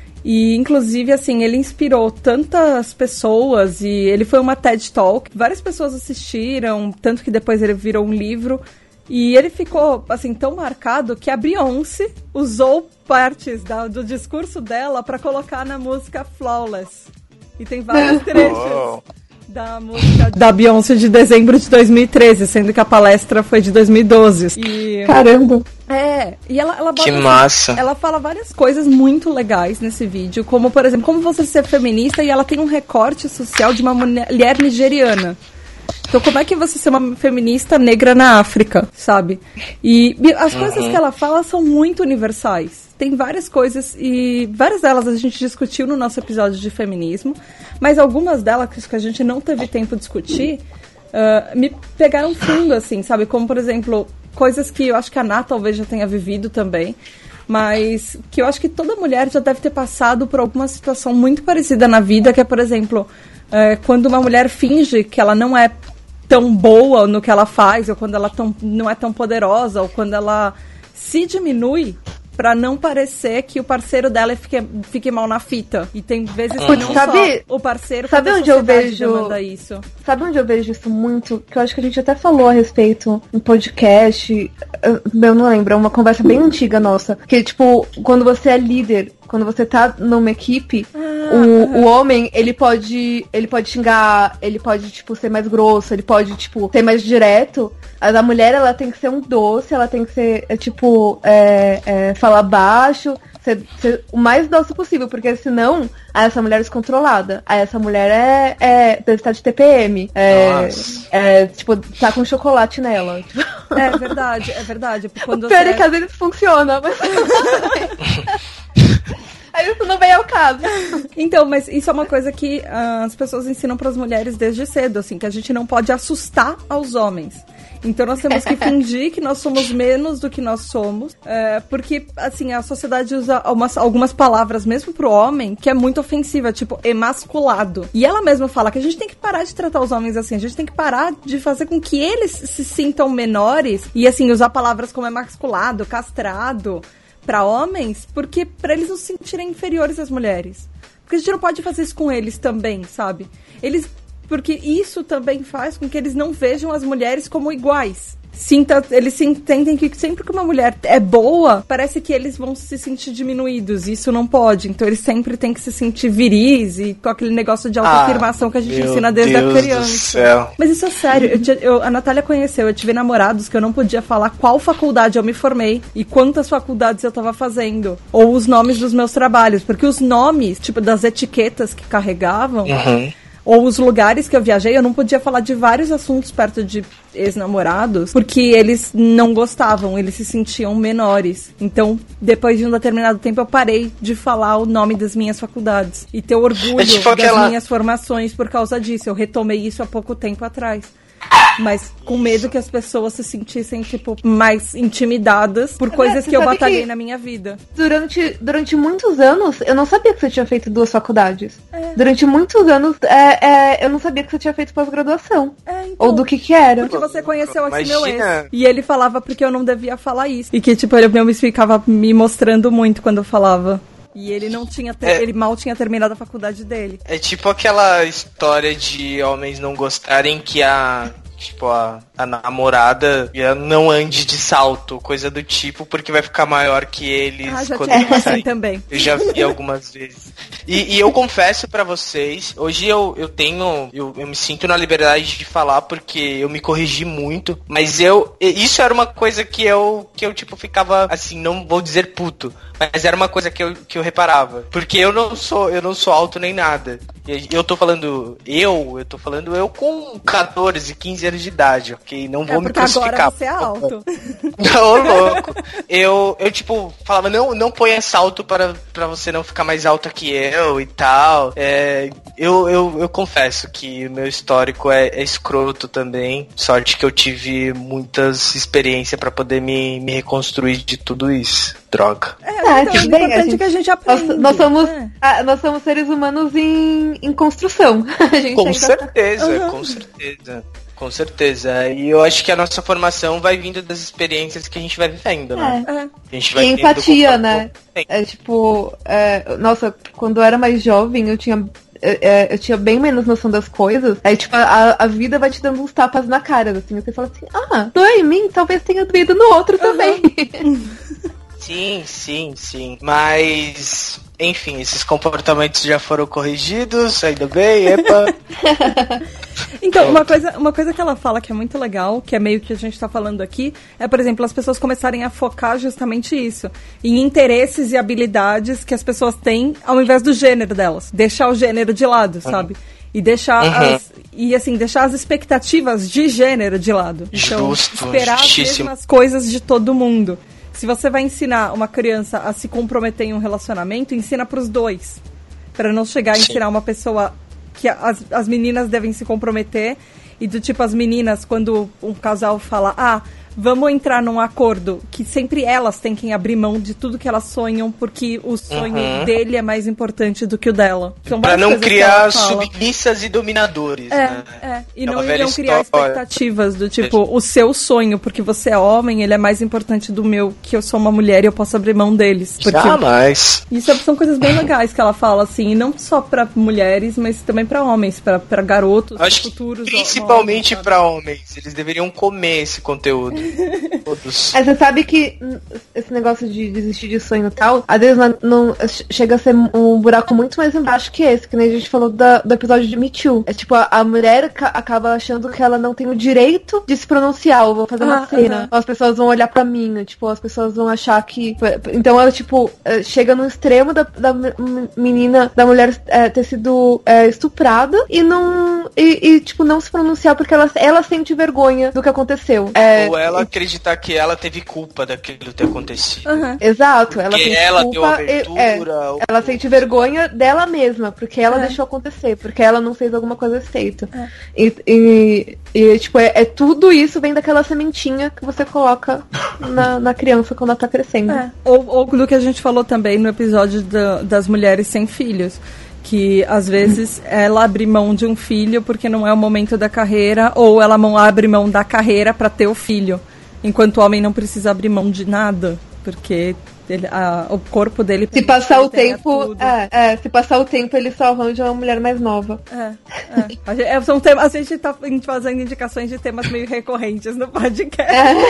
E, inclusive, assim, ele inspirou tantas pessoas e ele foi uma TED Talk. Várias pessoas assistiram, tanto que depois ele virou um livro. E ele ficou, assim, tão marcado que a Beyoncé usou partes da, do discurso dela pra colocar na música Flawless. E tem vários trechos oh. da música da Beyoncé de dezembro de dois mil e treze, sendo que a palestra foi de dois mil e doze. E... Caramba! É, e ela, ela bota, que massa! Ela fala várias coisas muito legais nesse vídeo, como, por exemplo, como você ser feminista, e ela tem um recorte social de uma mulher nigeriana. Então, como é que você ser uma feminista negra na África, sabe? E, e as uhum. coisas que ela fala são muito universais. Tem várias coisas, e várias delas a gente discutiu no nosso episódio de feminismo, mas algumas delas que a gente não teve tempo de discutir, uh, me pegaram fundo, assim, sabe? Como, por exemplo, coisas que eu acho que a Ná talvez já tenha vivido também, mas que eu acho que toda mulher já deve ter passado por alguma situação muito parecida na vida, que é, por exemplo, uh, quando uma mulher finge que ela não é tão boa no que ela faz, ou quando ela tão, não é tão poderosa, ou quando ela se diminui pra não parecer que o parceiro dela fique, fique mal na fita. E tem vezes que não sabe, só o parceiro, sabe onde eu vejo demanda isso. Sabe onde eu vejo isso muito? Que eu acho que a gente até falou a respeito em podcast, eu, eu não lembro, é uma conversa bem antiga nossa, que tipo, quando você é líder, quando você tá numa equipe, ah, o, o homem, ele pode ele pode xingar, ele pode, tipo, ser mais grosso, ele pode, tipo, ser mais direto. A mulher, ela tem que ser um doce, ela tem que ser, é, tipo, é, é, falar baixo, ser, ser o mais doce possível, porque senão, aí essa mulher é descontrolada. Aí essa mulher é, é deve estar de T P M. É, é, tipo, tá com chocolate nela. É verdade, é verdade. Quando o pior você... é que às vezes funciona, mas... Aí isso não vem ao caso. Então, mas isso é uma coisa que uh, as pessoas ensinam para as mulheres desde cedo, assim, que a gente não pode assustar aos homens. Então nós temos que fingir que nós somos menos do que nós somos, é, porque, assim, a sociedade usa algumas, algumas palavras, mesmo pro homem, que é muito ofensiva, tipo, emasculado. E ela mesma fala que a gente tem que parar de tratar os homens assim, a gente tem que parar de fazer com que eles se sintam menores e, assim, usar palavras como emasculado, castrado, pra homens, porque pra eles não se sentirem inferiores às mulheres. Porque a gente não pode fazer isso com eles também, sabe? Eles... Porque isso também faz com que eles não vejam as mulheres como iguais. Sinta, eles se entendem que sempre que uma mulher é boa, parece que eles vão se sentir diminuídos. Isso não pode. Então eles sempre têm que se sentir viris e com aquele negócio de autoafirmação ah, que a gente ensina desde Deus a criança. Do céu. Mas isso é sério. Eu, eu, a Natália conheceu, eu tive namorados que eu não podia falar qual faculdade eu me formei e quantas faculdades eu tava fazendo. Ou os nomes dos meus trabalhos. Porque os nomes, tipo, das etiquetas que carregavam... Uhum. Ou os lugares que eu viajei, eu não podia falar de vários assuntos perto de ex-namorados, porque eles não gostavam, eles se sentiam menores. Então, depois de um determinado tempo, eu parei de falar o nome das minhas faculdades. E ter orgulho é tipo das aquela... minhas formações por causa disso. Eu retomei isso há pouco tempo atrás. Mas com medo que as pessoas se sentissem, tipo, mais intimidadas por coisas é, que eu batalhei que na minha vida. Durante, durante muitos anos, eu não sabia que você tinha feito duas faculdades. É. Durante muitos anos, é, é, eu não sabia que você tinha feito pós-graduação. É, então, ou do que que era. Porque você conheceu esse meu ex. E ele falava porque eu não devia falar isso. E que, tipo, ele me ficava me mostrando muito quando eu falava. E ele não tinha ter, é, ele mal tinha terminado a faculdade dele. É tipo aquela história de homens não gostarem que a... Tipo, a, a namorada não ande de salto, coisa do tipo, porque vai ficar maior que eles ah, já quando tinha assim também. Eu já vi algumas vezes. E, e eu confesso pra vocês, hoje eu, eu tenho, eu, eu me sinto na liberdade de falar porque eu me corrigi muito, mas eu, isso era uma coisa que eu, que eu tipo, ficava assim, não vou dizer puto, mas era uma coisa que eu, que eu reparava. Porque eu não sou, eu não sou alto nem nada. Eu tô falando eu, eu tô falando eu com catorze, quinze anos de idade, ok? Não vou é me crucificar. Agora você é alto. Não, louco. Eu, eu tipo, falava, não, não ponha salto para, para você não ficar mais alta que eu e tal. É, eu, eu, eu confesso que o meu histórico é, é escroto também. Sorte que eu tive muitas experiências pra poder me, me reconstruir de tudo isso. Droga. É, então, é, é importante bem, a gente, que a gente aprende. Nós, nós, somos, é. a, nós somos seres humanos em, em construção. A gente com certeza, tá... uhum. com certeza. Com certeza. E eu acho que a nossa formação vai vindo das experiências que a gente vai vivendo, né? É. A gente vai e empatia, né? É tipo, é, nossa, quando eu era mais jovem, eu tinha. Eu, eu tinha bem menos noção das coisas. Aí, tipo, a, a vida vai te dando uns tapas na cara, assim. Você fala assim, ah, doeu em mim, talvez tenha doído no outro uhum. também. Sim, sim, sim. Mas, enfim, esses comportamentos já foram corrigidos, ainda bem, epa. Então, uma coisa, uma coisa que ela fala que é muito legal, que é meio que a gente tá falando aqui, é, por exemplo, as pessoas começarem a focar justamente isso, em interesses e habilidades que as pessoas têm ao invés do gênero delas. Deixar o gênero de lado, uhum. sabe? E deixar uhum. as, e assim, deixar as expectativas de gênero de lado. Então, Justo, esperar justíssimo. as mesmas coisas de todo mundo. Se você vai ensinar uma criança a se comprometer em um relacionamento, ensina pros dois. Pra não chegar a ensinar uma pessoa que as, as meninas devem se comprometer. E do tipo, as meninas, quando um casal fala, ah, vamos entrar num acordo, que sempre elas têm que abrir mão de tudo que elas sonham, porque o sonho uhum. dele é mais importante do que o dela. São pra não criar submissas e dominadores, é, né? É, e é não, não criar expectativas do tipo, o seu sonho, porque você é homem, ele é mais importante do meu, que eu sou uma mulher e eu posso abrir mão deles. Jamais. Isso são coisas bem legais que ela fala, assim, e não só pra mulheres, mas também pra homens, pra, pra garotos, acho futuros. Que principalmente homens, pra homens, eles deveriam comer esse conteúdo. Todos. É, você sabe que esse negócio de desistir de sonho e tal, às vezes não, não chega a ser um buraco muito mais embaixo que esse, que nem a gente falou da, do episódio de Me Too. É tipo, a, a mulher ca- acaba achando que ela não tem o direito de se pronunciar, ou vou fazer uma ah, cena. Uh-huh. As pessoas vão olhar pra mim, tipo, as pessoas vão achar que... Então ela, tipo, chega no extremo da, da menina, da mulher é, ter sido é, estuprada e não... E, e, tipo, não se pronunciar porque ela, ela sente vergonha do que aconteceu. É, ou ela acreditar que ela teve culpa daquilo ter acontecido. Uhum. Exato, ela sente ela culpa, deu abertura, é, ou... ela sente vergonha dela mesma, porque ela é. deixou acontecer, porque ela não fez alguma coisa feita. É. E, e, e, tipo, é, é tudo isso vem daquela sementinha que você coloca na, na criança quando ela tá crescendo. É. Ou, ou do que a gente falou também no episódio da, das mulheres sem filhos. Que, às vezes, ela abre mão de um filho porque não é o momento da carreira, ou ela abre mão da carreira pra ter o filho. Enquanto o homem não precisa abrir mão de nada, porque ele, a, o corpo dele... Se passar o tempo, é, é, se passar o tempo, ele só arranja uma mulher mais nova. É, é. A gente, são temas, a gente tá fazendo indicações de temas meio recorrentes no podcast.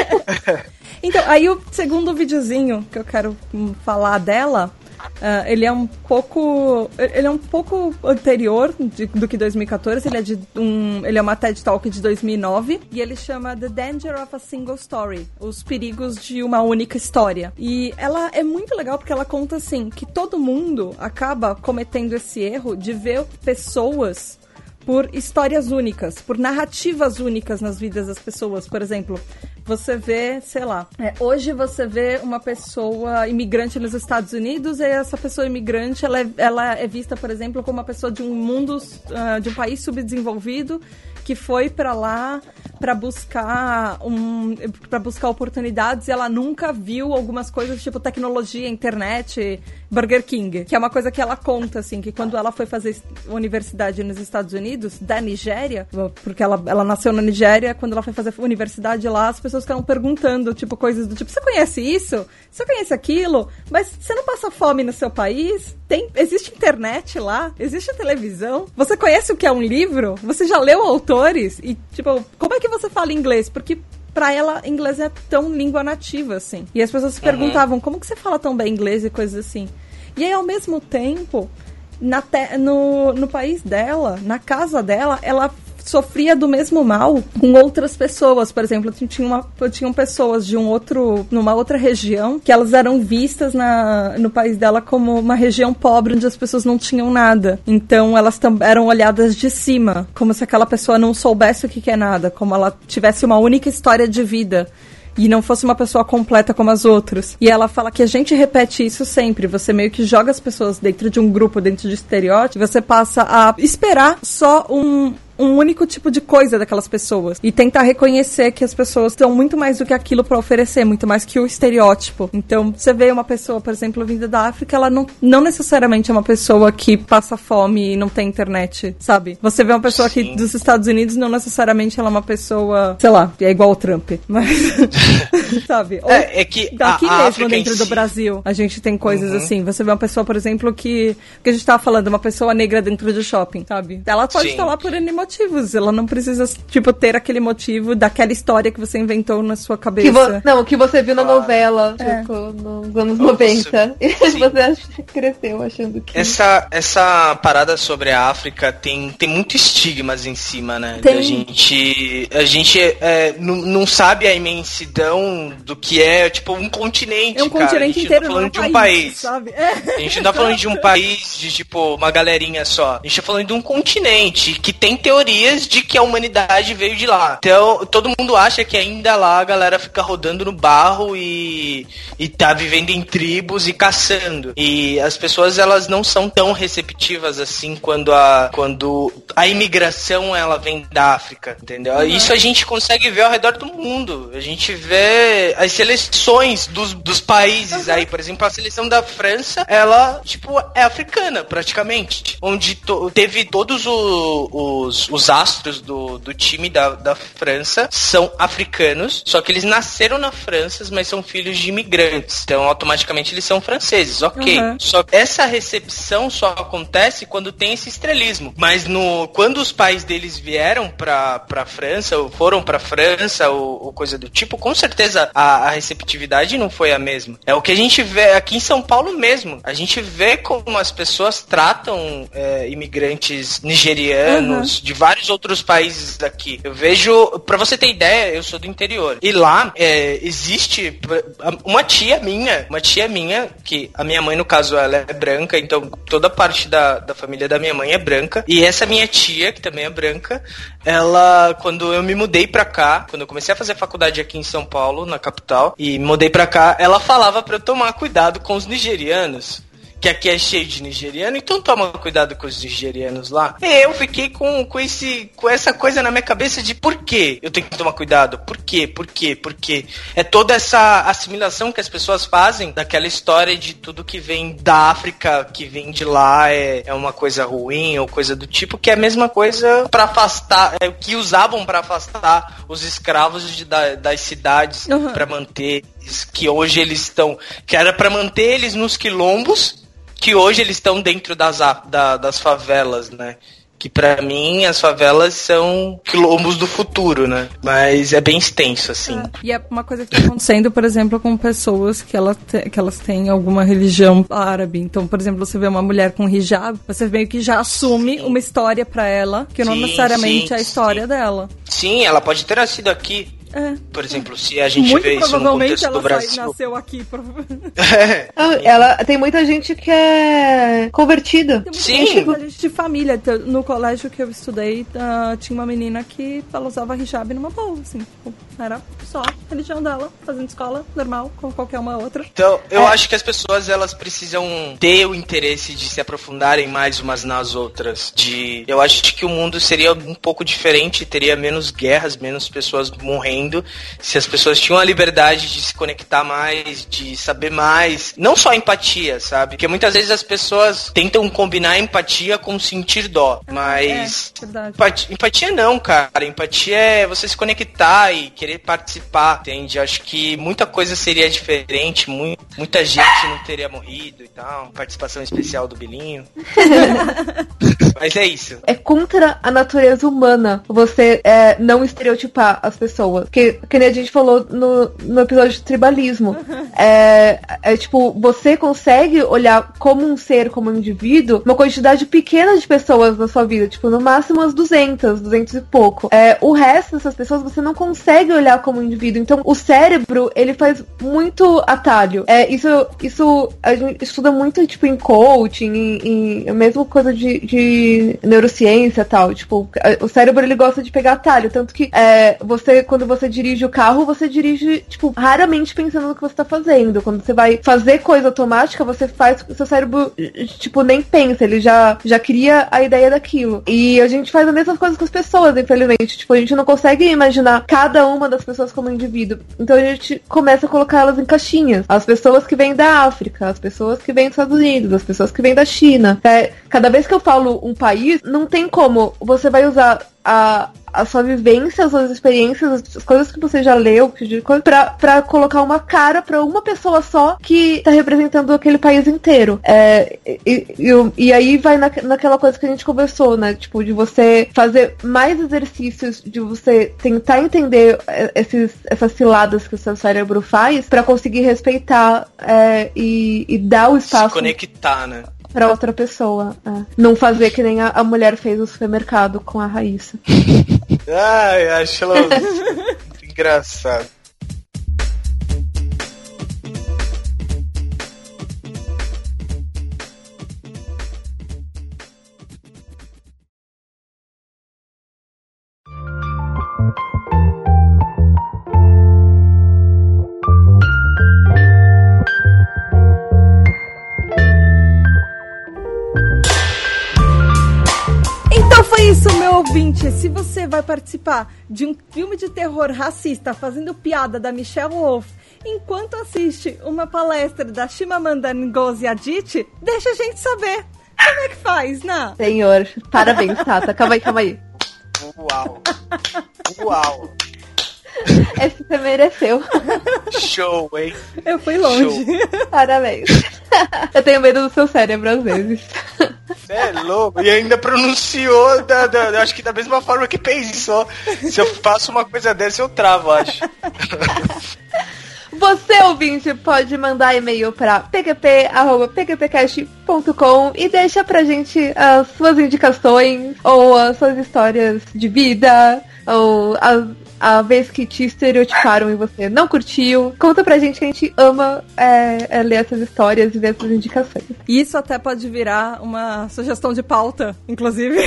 É. Então, aí o segundo videozinho que eu quero falar dela... Uh, ele é um pouco ele é um pouco anterior de, do que dois mil e catorze. Ele é de um ele é uma TED Talk de dois mil e nove e ele chama The Danger of a Single Story, os perigos de uma única história. E ela é muito legal porque ela conta assim que todo mundo acaba cometendo esse erro de ver pessoas por histórias únicas, por narrativas únicas nas vidas das pessoas. Por exemplo, você vê, sei lá, é, hoje você vê uma pessoa imigrante nos Estados Unidos e essa pessoa imigrante, ela é, ela é vista, por exemplo, como uma pessoa de um mundo, uh, de um país subdesenvolvido que foi pra lá pra buscar um, pra buscar oportunidades e ela nunca viu algumas coisas tipo tecnologia, internet, Burger King, que é uma coisa que ela conta, assim, que quando ela foi fazer universidade nos Estados Unidos, da Nigéria, porque ela, ela nasceu na Nigéria, quando ela foi fazer universidade lá, as pessoas ficaram perguntando, tipo, coisas do tipo, você conhece isso? Você conhece aquilo? Mas você não passa fome no seu país? Tem, existe internet lá? Existe televisão? Você conhece o que é um livro? Você já leu autores? E, tipo, como é que você fala inglês? Porque pra ela, inglês é tão língua nativa, assim. E as pessoas se perguntavam, como que você fala tão bem inglês e coisas assim? E aí, ao mesmo tempo, na te- no, no país dela, na casa dela, ela sofria do mesmo mal com outras pessoas. Por exemplo, tinha uma, tinham pessoas de um outro, numa outra região, que elas eram vistas na, no país dela como uma região pobre, onde as pessoas não tinham nada. Então, elas tam, eram olhadas de cima, como se aquela pessoa não soubesse o que, que é nada, como ela tivesse uma única história de vida e não fosse uma pessoa completa como as outras. E ela fala que a gente repete isso sempre. Você meio que joga as pessoas dentro de um grupo, dentro de estereótipo, você passa a esperar só um... um único tipo de coisa daquelas pessoas. E tentar reconhecer que as pessoas estão muito mais do que aquilo pra oferecer, muito mais que o estereótipo. Então, você vê uma pessoa, por exemplo, vinda da África, ela não, não necessariamente é uma pessoa que passa fome e não tem internet, sabe? Você vê uma pessoa Sim. aqui dos Estados Unidos, não necessariamente ela é uma pessoa, sei lá, é igual o Trump, mas... sabe? Ou é, é que daqui a, a mesmo, África dentro do si. Brasil, a gente tem coisas uhum. assim. Você vê uma pessoa, por exemplo, que... que a gente tava falando, uma pessoa negra dentro do shopping, sabe? Ela pode Sim. estar lá por N motivos. Ela não precisa, tipo, ter aquele motivo daquela história que você inventou na sua cabeça. Que vo... Não, que você viu na claro. novela, é. tipo, nos anos Nossa. noventa. E você cresceu achando que... Essa, essa parada sobre a África tem, tem muito estigmas em cima, né? Tem. A gente, a gente é, não, não sabe a imensidão do que é, tipo, um continente, É um cara. continente a gente inteiro, tá falando não de um país, país. sabe? É. A gente não tá falando de um país de, tipo, uma galerinha só. A gente tá falando de um continente que tem teorias de que a humanidade veio de lá. Então, todo mundo acha que ainda lá a galera fica rodando no barro e, e tá vivendo em tribos e caçando. E as pessoas, elas não são tão receptivas assim quando a, quando a imigração, ela vem da África, entendeu? Uhum. Isso a gente consegue ver ao redor do mundo. A gente vê as seleções dos, dos países uhum. aí. Por exemplo, a seleção da França, ela, tipo, é africana, praticamente. Onde to, teve todos o, os, os astros do, do time da, da França são africanos, só que eles nasceram na França, mas são filhos de imigrantes. Então, automaticamente, eles são franceses, ok. Uhum. Só que essa recepção só acontece quando tem esse estrelismo. Mas no, quando os pais deles vieram pra, pra França, ou foram pra França, ou, ou coisa do tipo, com certeza a, a receptividade não foi a mesma. É o que a gente vê aqui em São Paulo mesmo. A gente vê como as pessoas tratam é, imigrantes nigerianos, uhum. de vários outros países aqui. Eu vejo, pra você ter ideia, eu sou do interior. E lá é, existe uma tia minha, uma tia minha, que a minha mãe, no caso, ela é branca, então toda parte da, da família da minha mãe é branca. E essa minha tia, que também é branca, ela, quando eu me mudei pra cá, quando eu comecei a fazer faculdade aqui em São Paulo, na capital, e me mudei pra cá, ela falava pra eu tomar cuidado com os nigerianos. Que aqui é cheio de nigeriano, então toma cuidado com os nigerianos lá. E eu fiquei com, com, esse, com essa coisa na minha cabeça de por que eu tenho que tomar cuidado? Por quê? Por quê? Por quê? É toda essa assimilação que as pessoas fazem daquela história de tudo que vem da África, que vem de lá, é, é uma coisa ruim ou coisa do tipo, que é a mesma coisa para afastar, é o que usavam para afastar os escravos de, da, das cidades, uhum. para manter, que hoje eles estão, que era para manter eles nos quilombos, que hoje eles estão dentro das, da, das favelas, né? Que pra mim as favelas são quilombos do futuro, né? Mas é bem extenso, assim. É. E é uma coisa que tá acontecendo, por exemplo, com pessoas que, ela te, que elas têm alguma religião árabe. Então, por exemplo, você vê uma mulher com hijab, você meio que já assume sim. uma história pra ela, que sim, não necessariamente sim, é a história sim. dela. Sim, ela pode ter nascido aqui. É. Por exemplo, se a gente muito vê isso no contexto do Brasil... Muito nasceu aqui. é. Ela, tem muita gente que é convertida. Tem muita Sim. gente, muita gente de família. No colégio que eu estudei, uh, tinha uma menina que ela usava hijab numa boa, assim. Era só a religião dela, fazendo escola normal, como qualquer uma outra. Então, eu é. acho que as pessoas, elas precisam ter o interesse de se aprofundarem mais umas nas outras. De, eu acho que o mundo seria um pouco diferente, teria menos guerras, menos pessoas morrendo, se as pessoas tinham a liberdade de se conectar mais, de saber mais, não só empatia, sabe? Porque muitas vezes as pessoas tentam combinar empatia com sentir dó, mas é, verdade. Empatia, empatia não, cara, empatia é você se conectar e querer participar, entende? Acho que muita coisa seria diferente, muito, muita gente não teria morrido e tal, participação especial do Bilinho. Mas é isso. É contra a natureza humana você é, não estereotipar as pessoas. Que, que nem a gente falou no, no episódio de tribalismo. Uhum. É, é tipo, você consegue olhar como um ser, como um indivíduo, uma quantidade pequena de pessoas na sua vida. Tipo, no máximo umas duzentas, duzentas e pouco. É, o resto dessas pessoas você não consegue olhar como um indivíduo. Então, o cérebro, ele faz muito atalho. É, isso, isso a gente estuda muito, tipo, em coaching, em, em mesmo coisa de, de neurociência e tal. Tipo, o cérebro, ele gosta de pegar atalho. Tanto que é, você, quando você você dirige o carro, você dirige, tipo, raramente pensando no que você tá fazendo. Quando você vai fazer coisa automática, você faz, o seu cérebro, tipo, nem pensa, ele já, já cria a ideia daquilo. E a gente faz as mesmas coisas com as pessoas, infelizmente. Tipo, a gente não consegue imaginar cada uma das pessoas como indivíduo. Então a gente começa a colocar elas em caixinhas. As pessoas que vêm da África, as pessoas que vêm dos Estados Unidos, as pessoas que vêm da China. É, cada vez que eu falo um país, não tem como. Você vai usar a, a sua vivência, as suas experiências, as coisas que você já leu, pra, pra colocar uma cara pra uma pessoa só que tá representando aquele país inteiro. É, e, e, e aí vai na, naquela coisa que a gente conversou, né? Tipo, de você fazer mais exercícios, de você tentar entender esses, essas ciladas que o seu cérebro faz pra conseguir respeitar é, e, e dar o espaço. Se conectar, né? Pra outra pessoa. É. Não fazer que nem a, a mulher fez no supermercado com a Raíssa. Ai, acho ela muito engraçado. Foi isso, meu ouvinte. Se você vai participar de um filme de terror racista fazendo piada da Michelle Wolf enquanto assiste uma palestra da Chimamanda Ngozi Adichie, deixa a gente saber. Como é que faz, né? Senhor, parabéns, Tata. Calma aí, calma aí. Uau. Uau. Esse você mereceu. Show, hein? Eu fui longe. Show. Parabéns. Eu tenho medo do seu cérebro às vezes. Você é louco. E ainda pronunciou da, da, acho que da mesma forma que pensou. Se eu faço uma coisa dessa, eu travo, acho. Você, ouvinte, pode mandar e-mail para p q p arroba p q p cast ponto com e deixa pra gente as suas indicações ou as suas histórias de vida ou as a vez que te estereotiparam e você não curtiu. Conta pra gente que a gente ama é, é, ler essas histórias e ver essas indicações. Isso até pode virar uma sugestão de pauta, inclusive.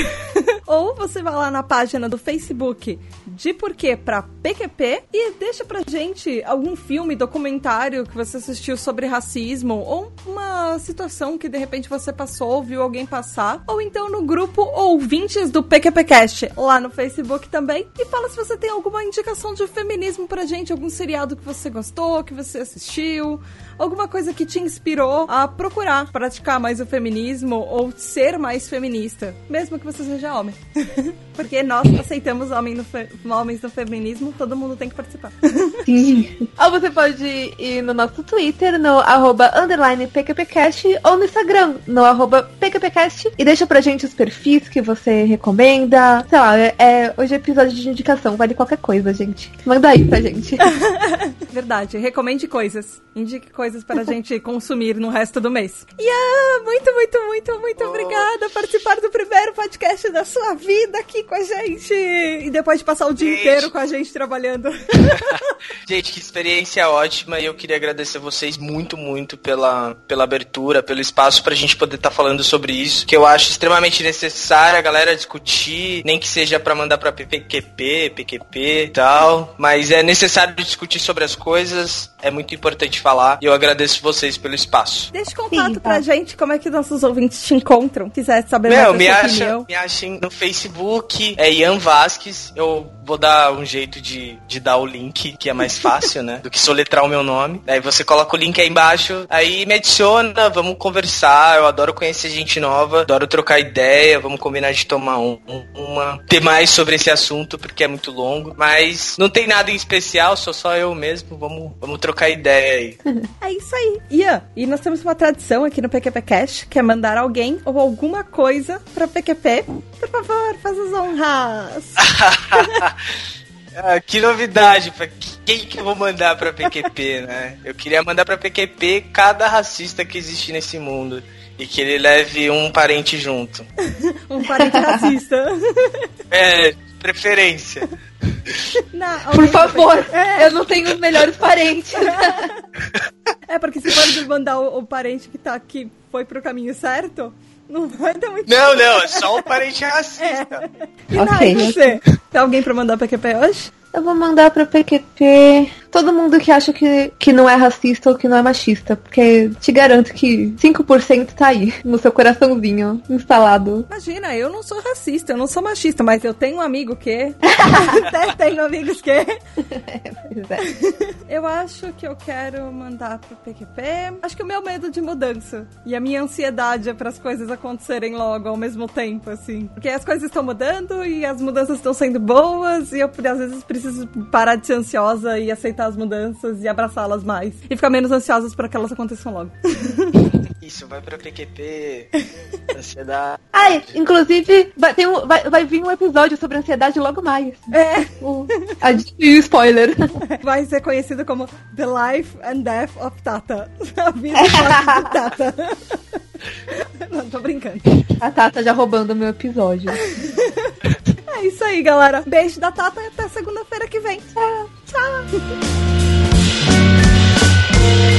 Ou você vai lá na página do Facebook de Porquê pra P Q P e deixa pra gente algum filme, documentário que você assistiu sobre racismo ou uma situação que de repente você passou, viu alguém passar. Ou então no grupo Ouvintes do PQPcast lá no Facebook também. E fala se você tem alguma indicação de feminismo pra gente, algum seriado que você gostou, que você assistiu, alguma coisa que te inspirou a procurar praticar mais o feminismo ou ser mais feminista, mesmo que você seja homem. Porque nós aceitamos homem no fe- homens no feminismo, todo mundo tem que participar. Sim. Ou você pode ir no nosso Twitter, no arroba underline PQPcast, ou no Instagram, no arroba PQPcast, e deixa pra gente os perfis que você recomenda. Sei lá, é, é, hoje é episódio de indicação, vale qualquer coisa, gente. Manda aí pra gente. Verdade, recomende coisas. Indique coisas para a gente consumir no resto do mês. E ah, muito, muito, muito, muito oh. obrigada por participar do primeiro podcast da sua vida aqui com a gente. E depois de passar o dia gente. inteiro com a gente trabalhando. Gente, que experiência ótima. E eu queria agradecer vocês muito, muito pela, pela abertura, pelo espaço pra gente poder estar tá falando sobre isso, que eu acho extremamente necessário a galera discutir, nem que seja pra mandar pra P Q P, P Q P e tal, mas é necessário discutir sobre as coisas, é muito importante falar, e eu agradeço vocês pelo espaço. Deixa contato Sim, tá. pra gente, como é que nossos ouvintes te encontram, quiser saber Meu, mais da me sua acha, opinião. Me achem no Facebook, é Ian Vasquez, eu vou dar um jeito de, de dar o link, que é mais fácil, né, do que soletrar o meu nome. Aí você coloca o link aí embaixo, aí me adiciona, vamos conversar, eu adoro conhecer gente nova, adoro trocar ideia, vamos combinar de tomar um, um, uma, ter mais sobre esse assunto, porque é muito longo, mas não tem nada em especial, sou só eu mesmo, vamos, vamos trocar ideia aí. É isso aí. Ian, e nós temos uma tradição aqui no PQPcast, que é mandar alguém ou alguma coisa pra P Q P. Por favor, faz as honras. Ah, que novidade, pra quem que eu vou mandar pra P Q P, né? Eu queria mandar pra P Q P cada racista que existe nesse mundo. E que ele leve um parente junto. Um parente racista. É, preferência. Não, Por favor, é. eu não tenho os melhores parentes. É, porque se for mandar o, o parente que tá aqui, foi pro caminho certo, não vai dar muito Não, certo. Não, é só um parente racista. É. E okay. Não, e você? Tem alguém pra mandar pra Q P hoje? Eu vou mandar pra P Q P todo mundo que acha que, que não é racista ou que não é machista. Porque te garanto que cinco por cento tá aí, no seu coraçãozinho, instalado. Imagina, eu não sou racista, eu não sou machista, mas eu tenho um amigo que... Até tenho amigos que... É, pois é. Eu acho que eu quero mandar pro P Q P. Acho que o meu medo de mudança e a minha ansiedade é para as coisas acontecerem logo ao mesmo tempo, assim. Porque as coisas estão mudando e as mudanças estão sendo boas e eu, às vezes, preciso parar de ser ansiosa e aceitar as mudanças e abraçá-las mais. E ficar menos ansiosa para que elas aconteçam logo. Isso, vai pra P Q P, ansiedade. Ai, inclusive, vai, tem um, vai, vai vir um episódio sobre ansiedade logo mais. É. O, a, e o spoiler. Vai ser conhecido como The Life and Death of Tata. A vida e morte de Tata. Não, tô brincando. A Tata já roubando o meu episódio. É isso aí, galera. Beijo da Tata e até segunda-feira que vem. Tchau. Tchau.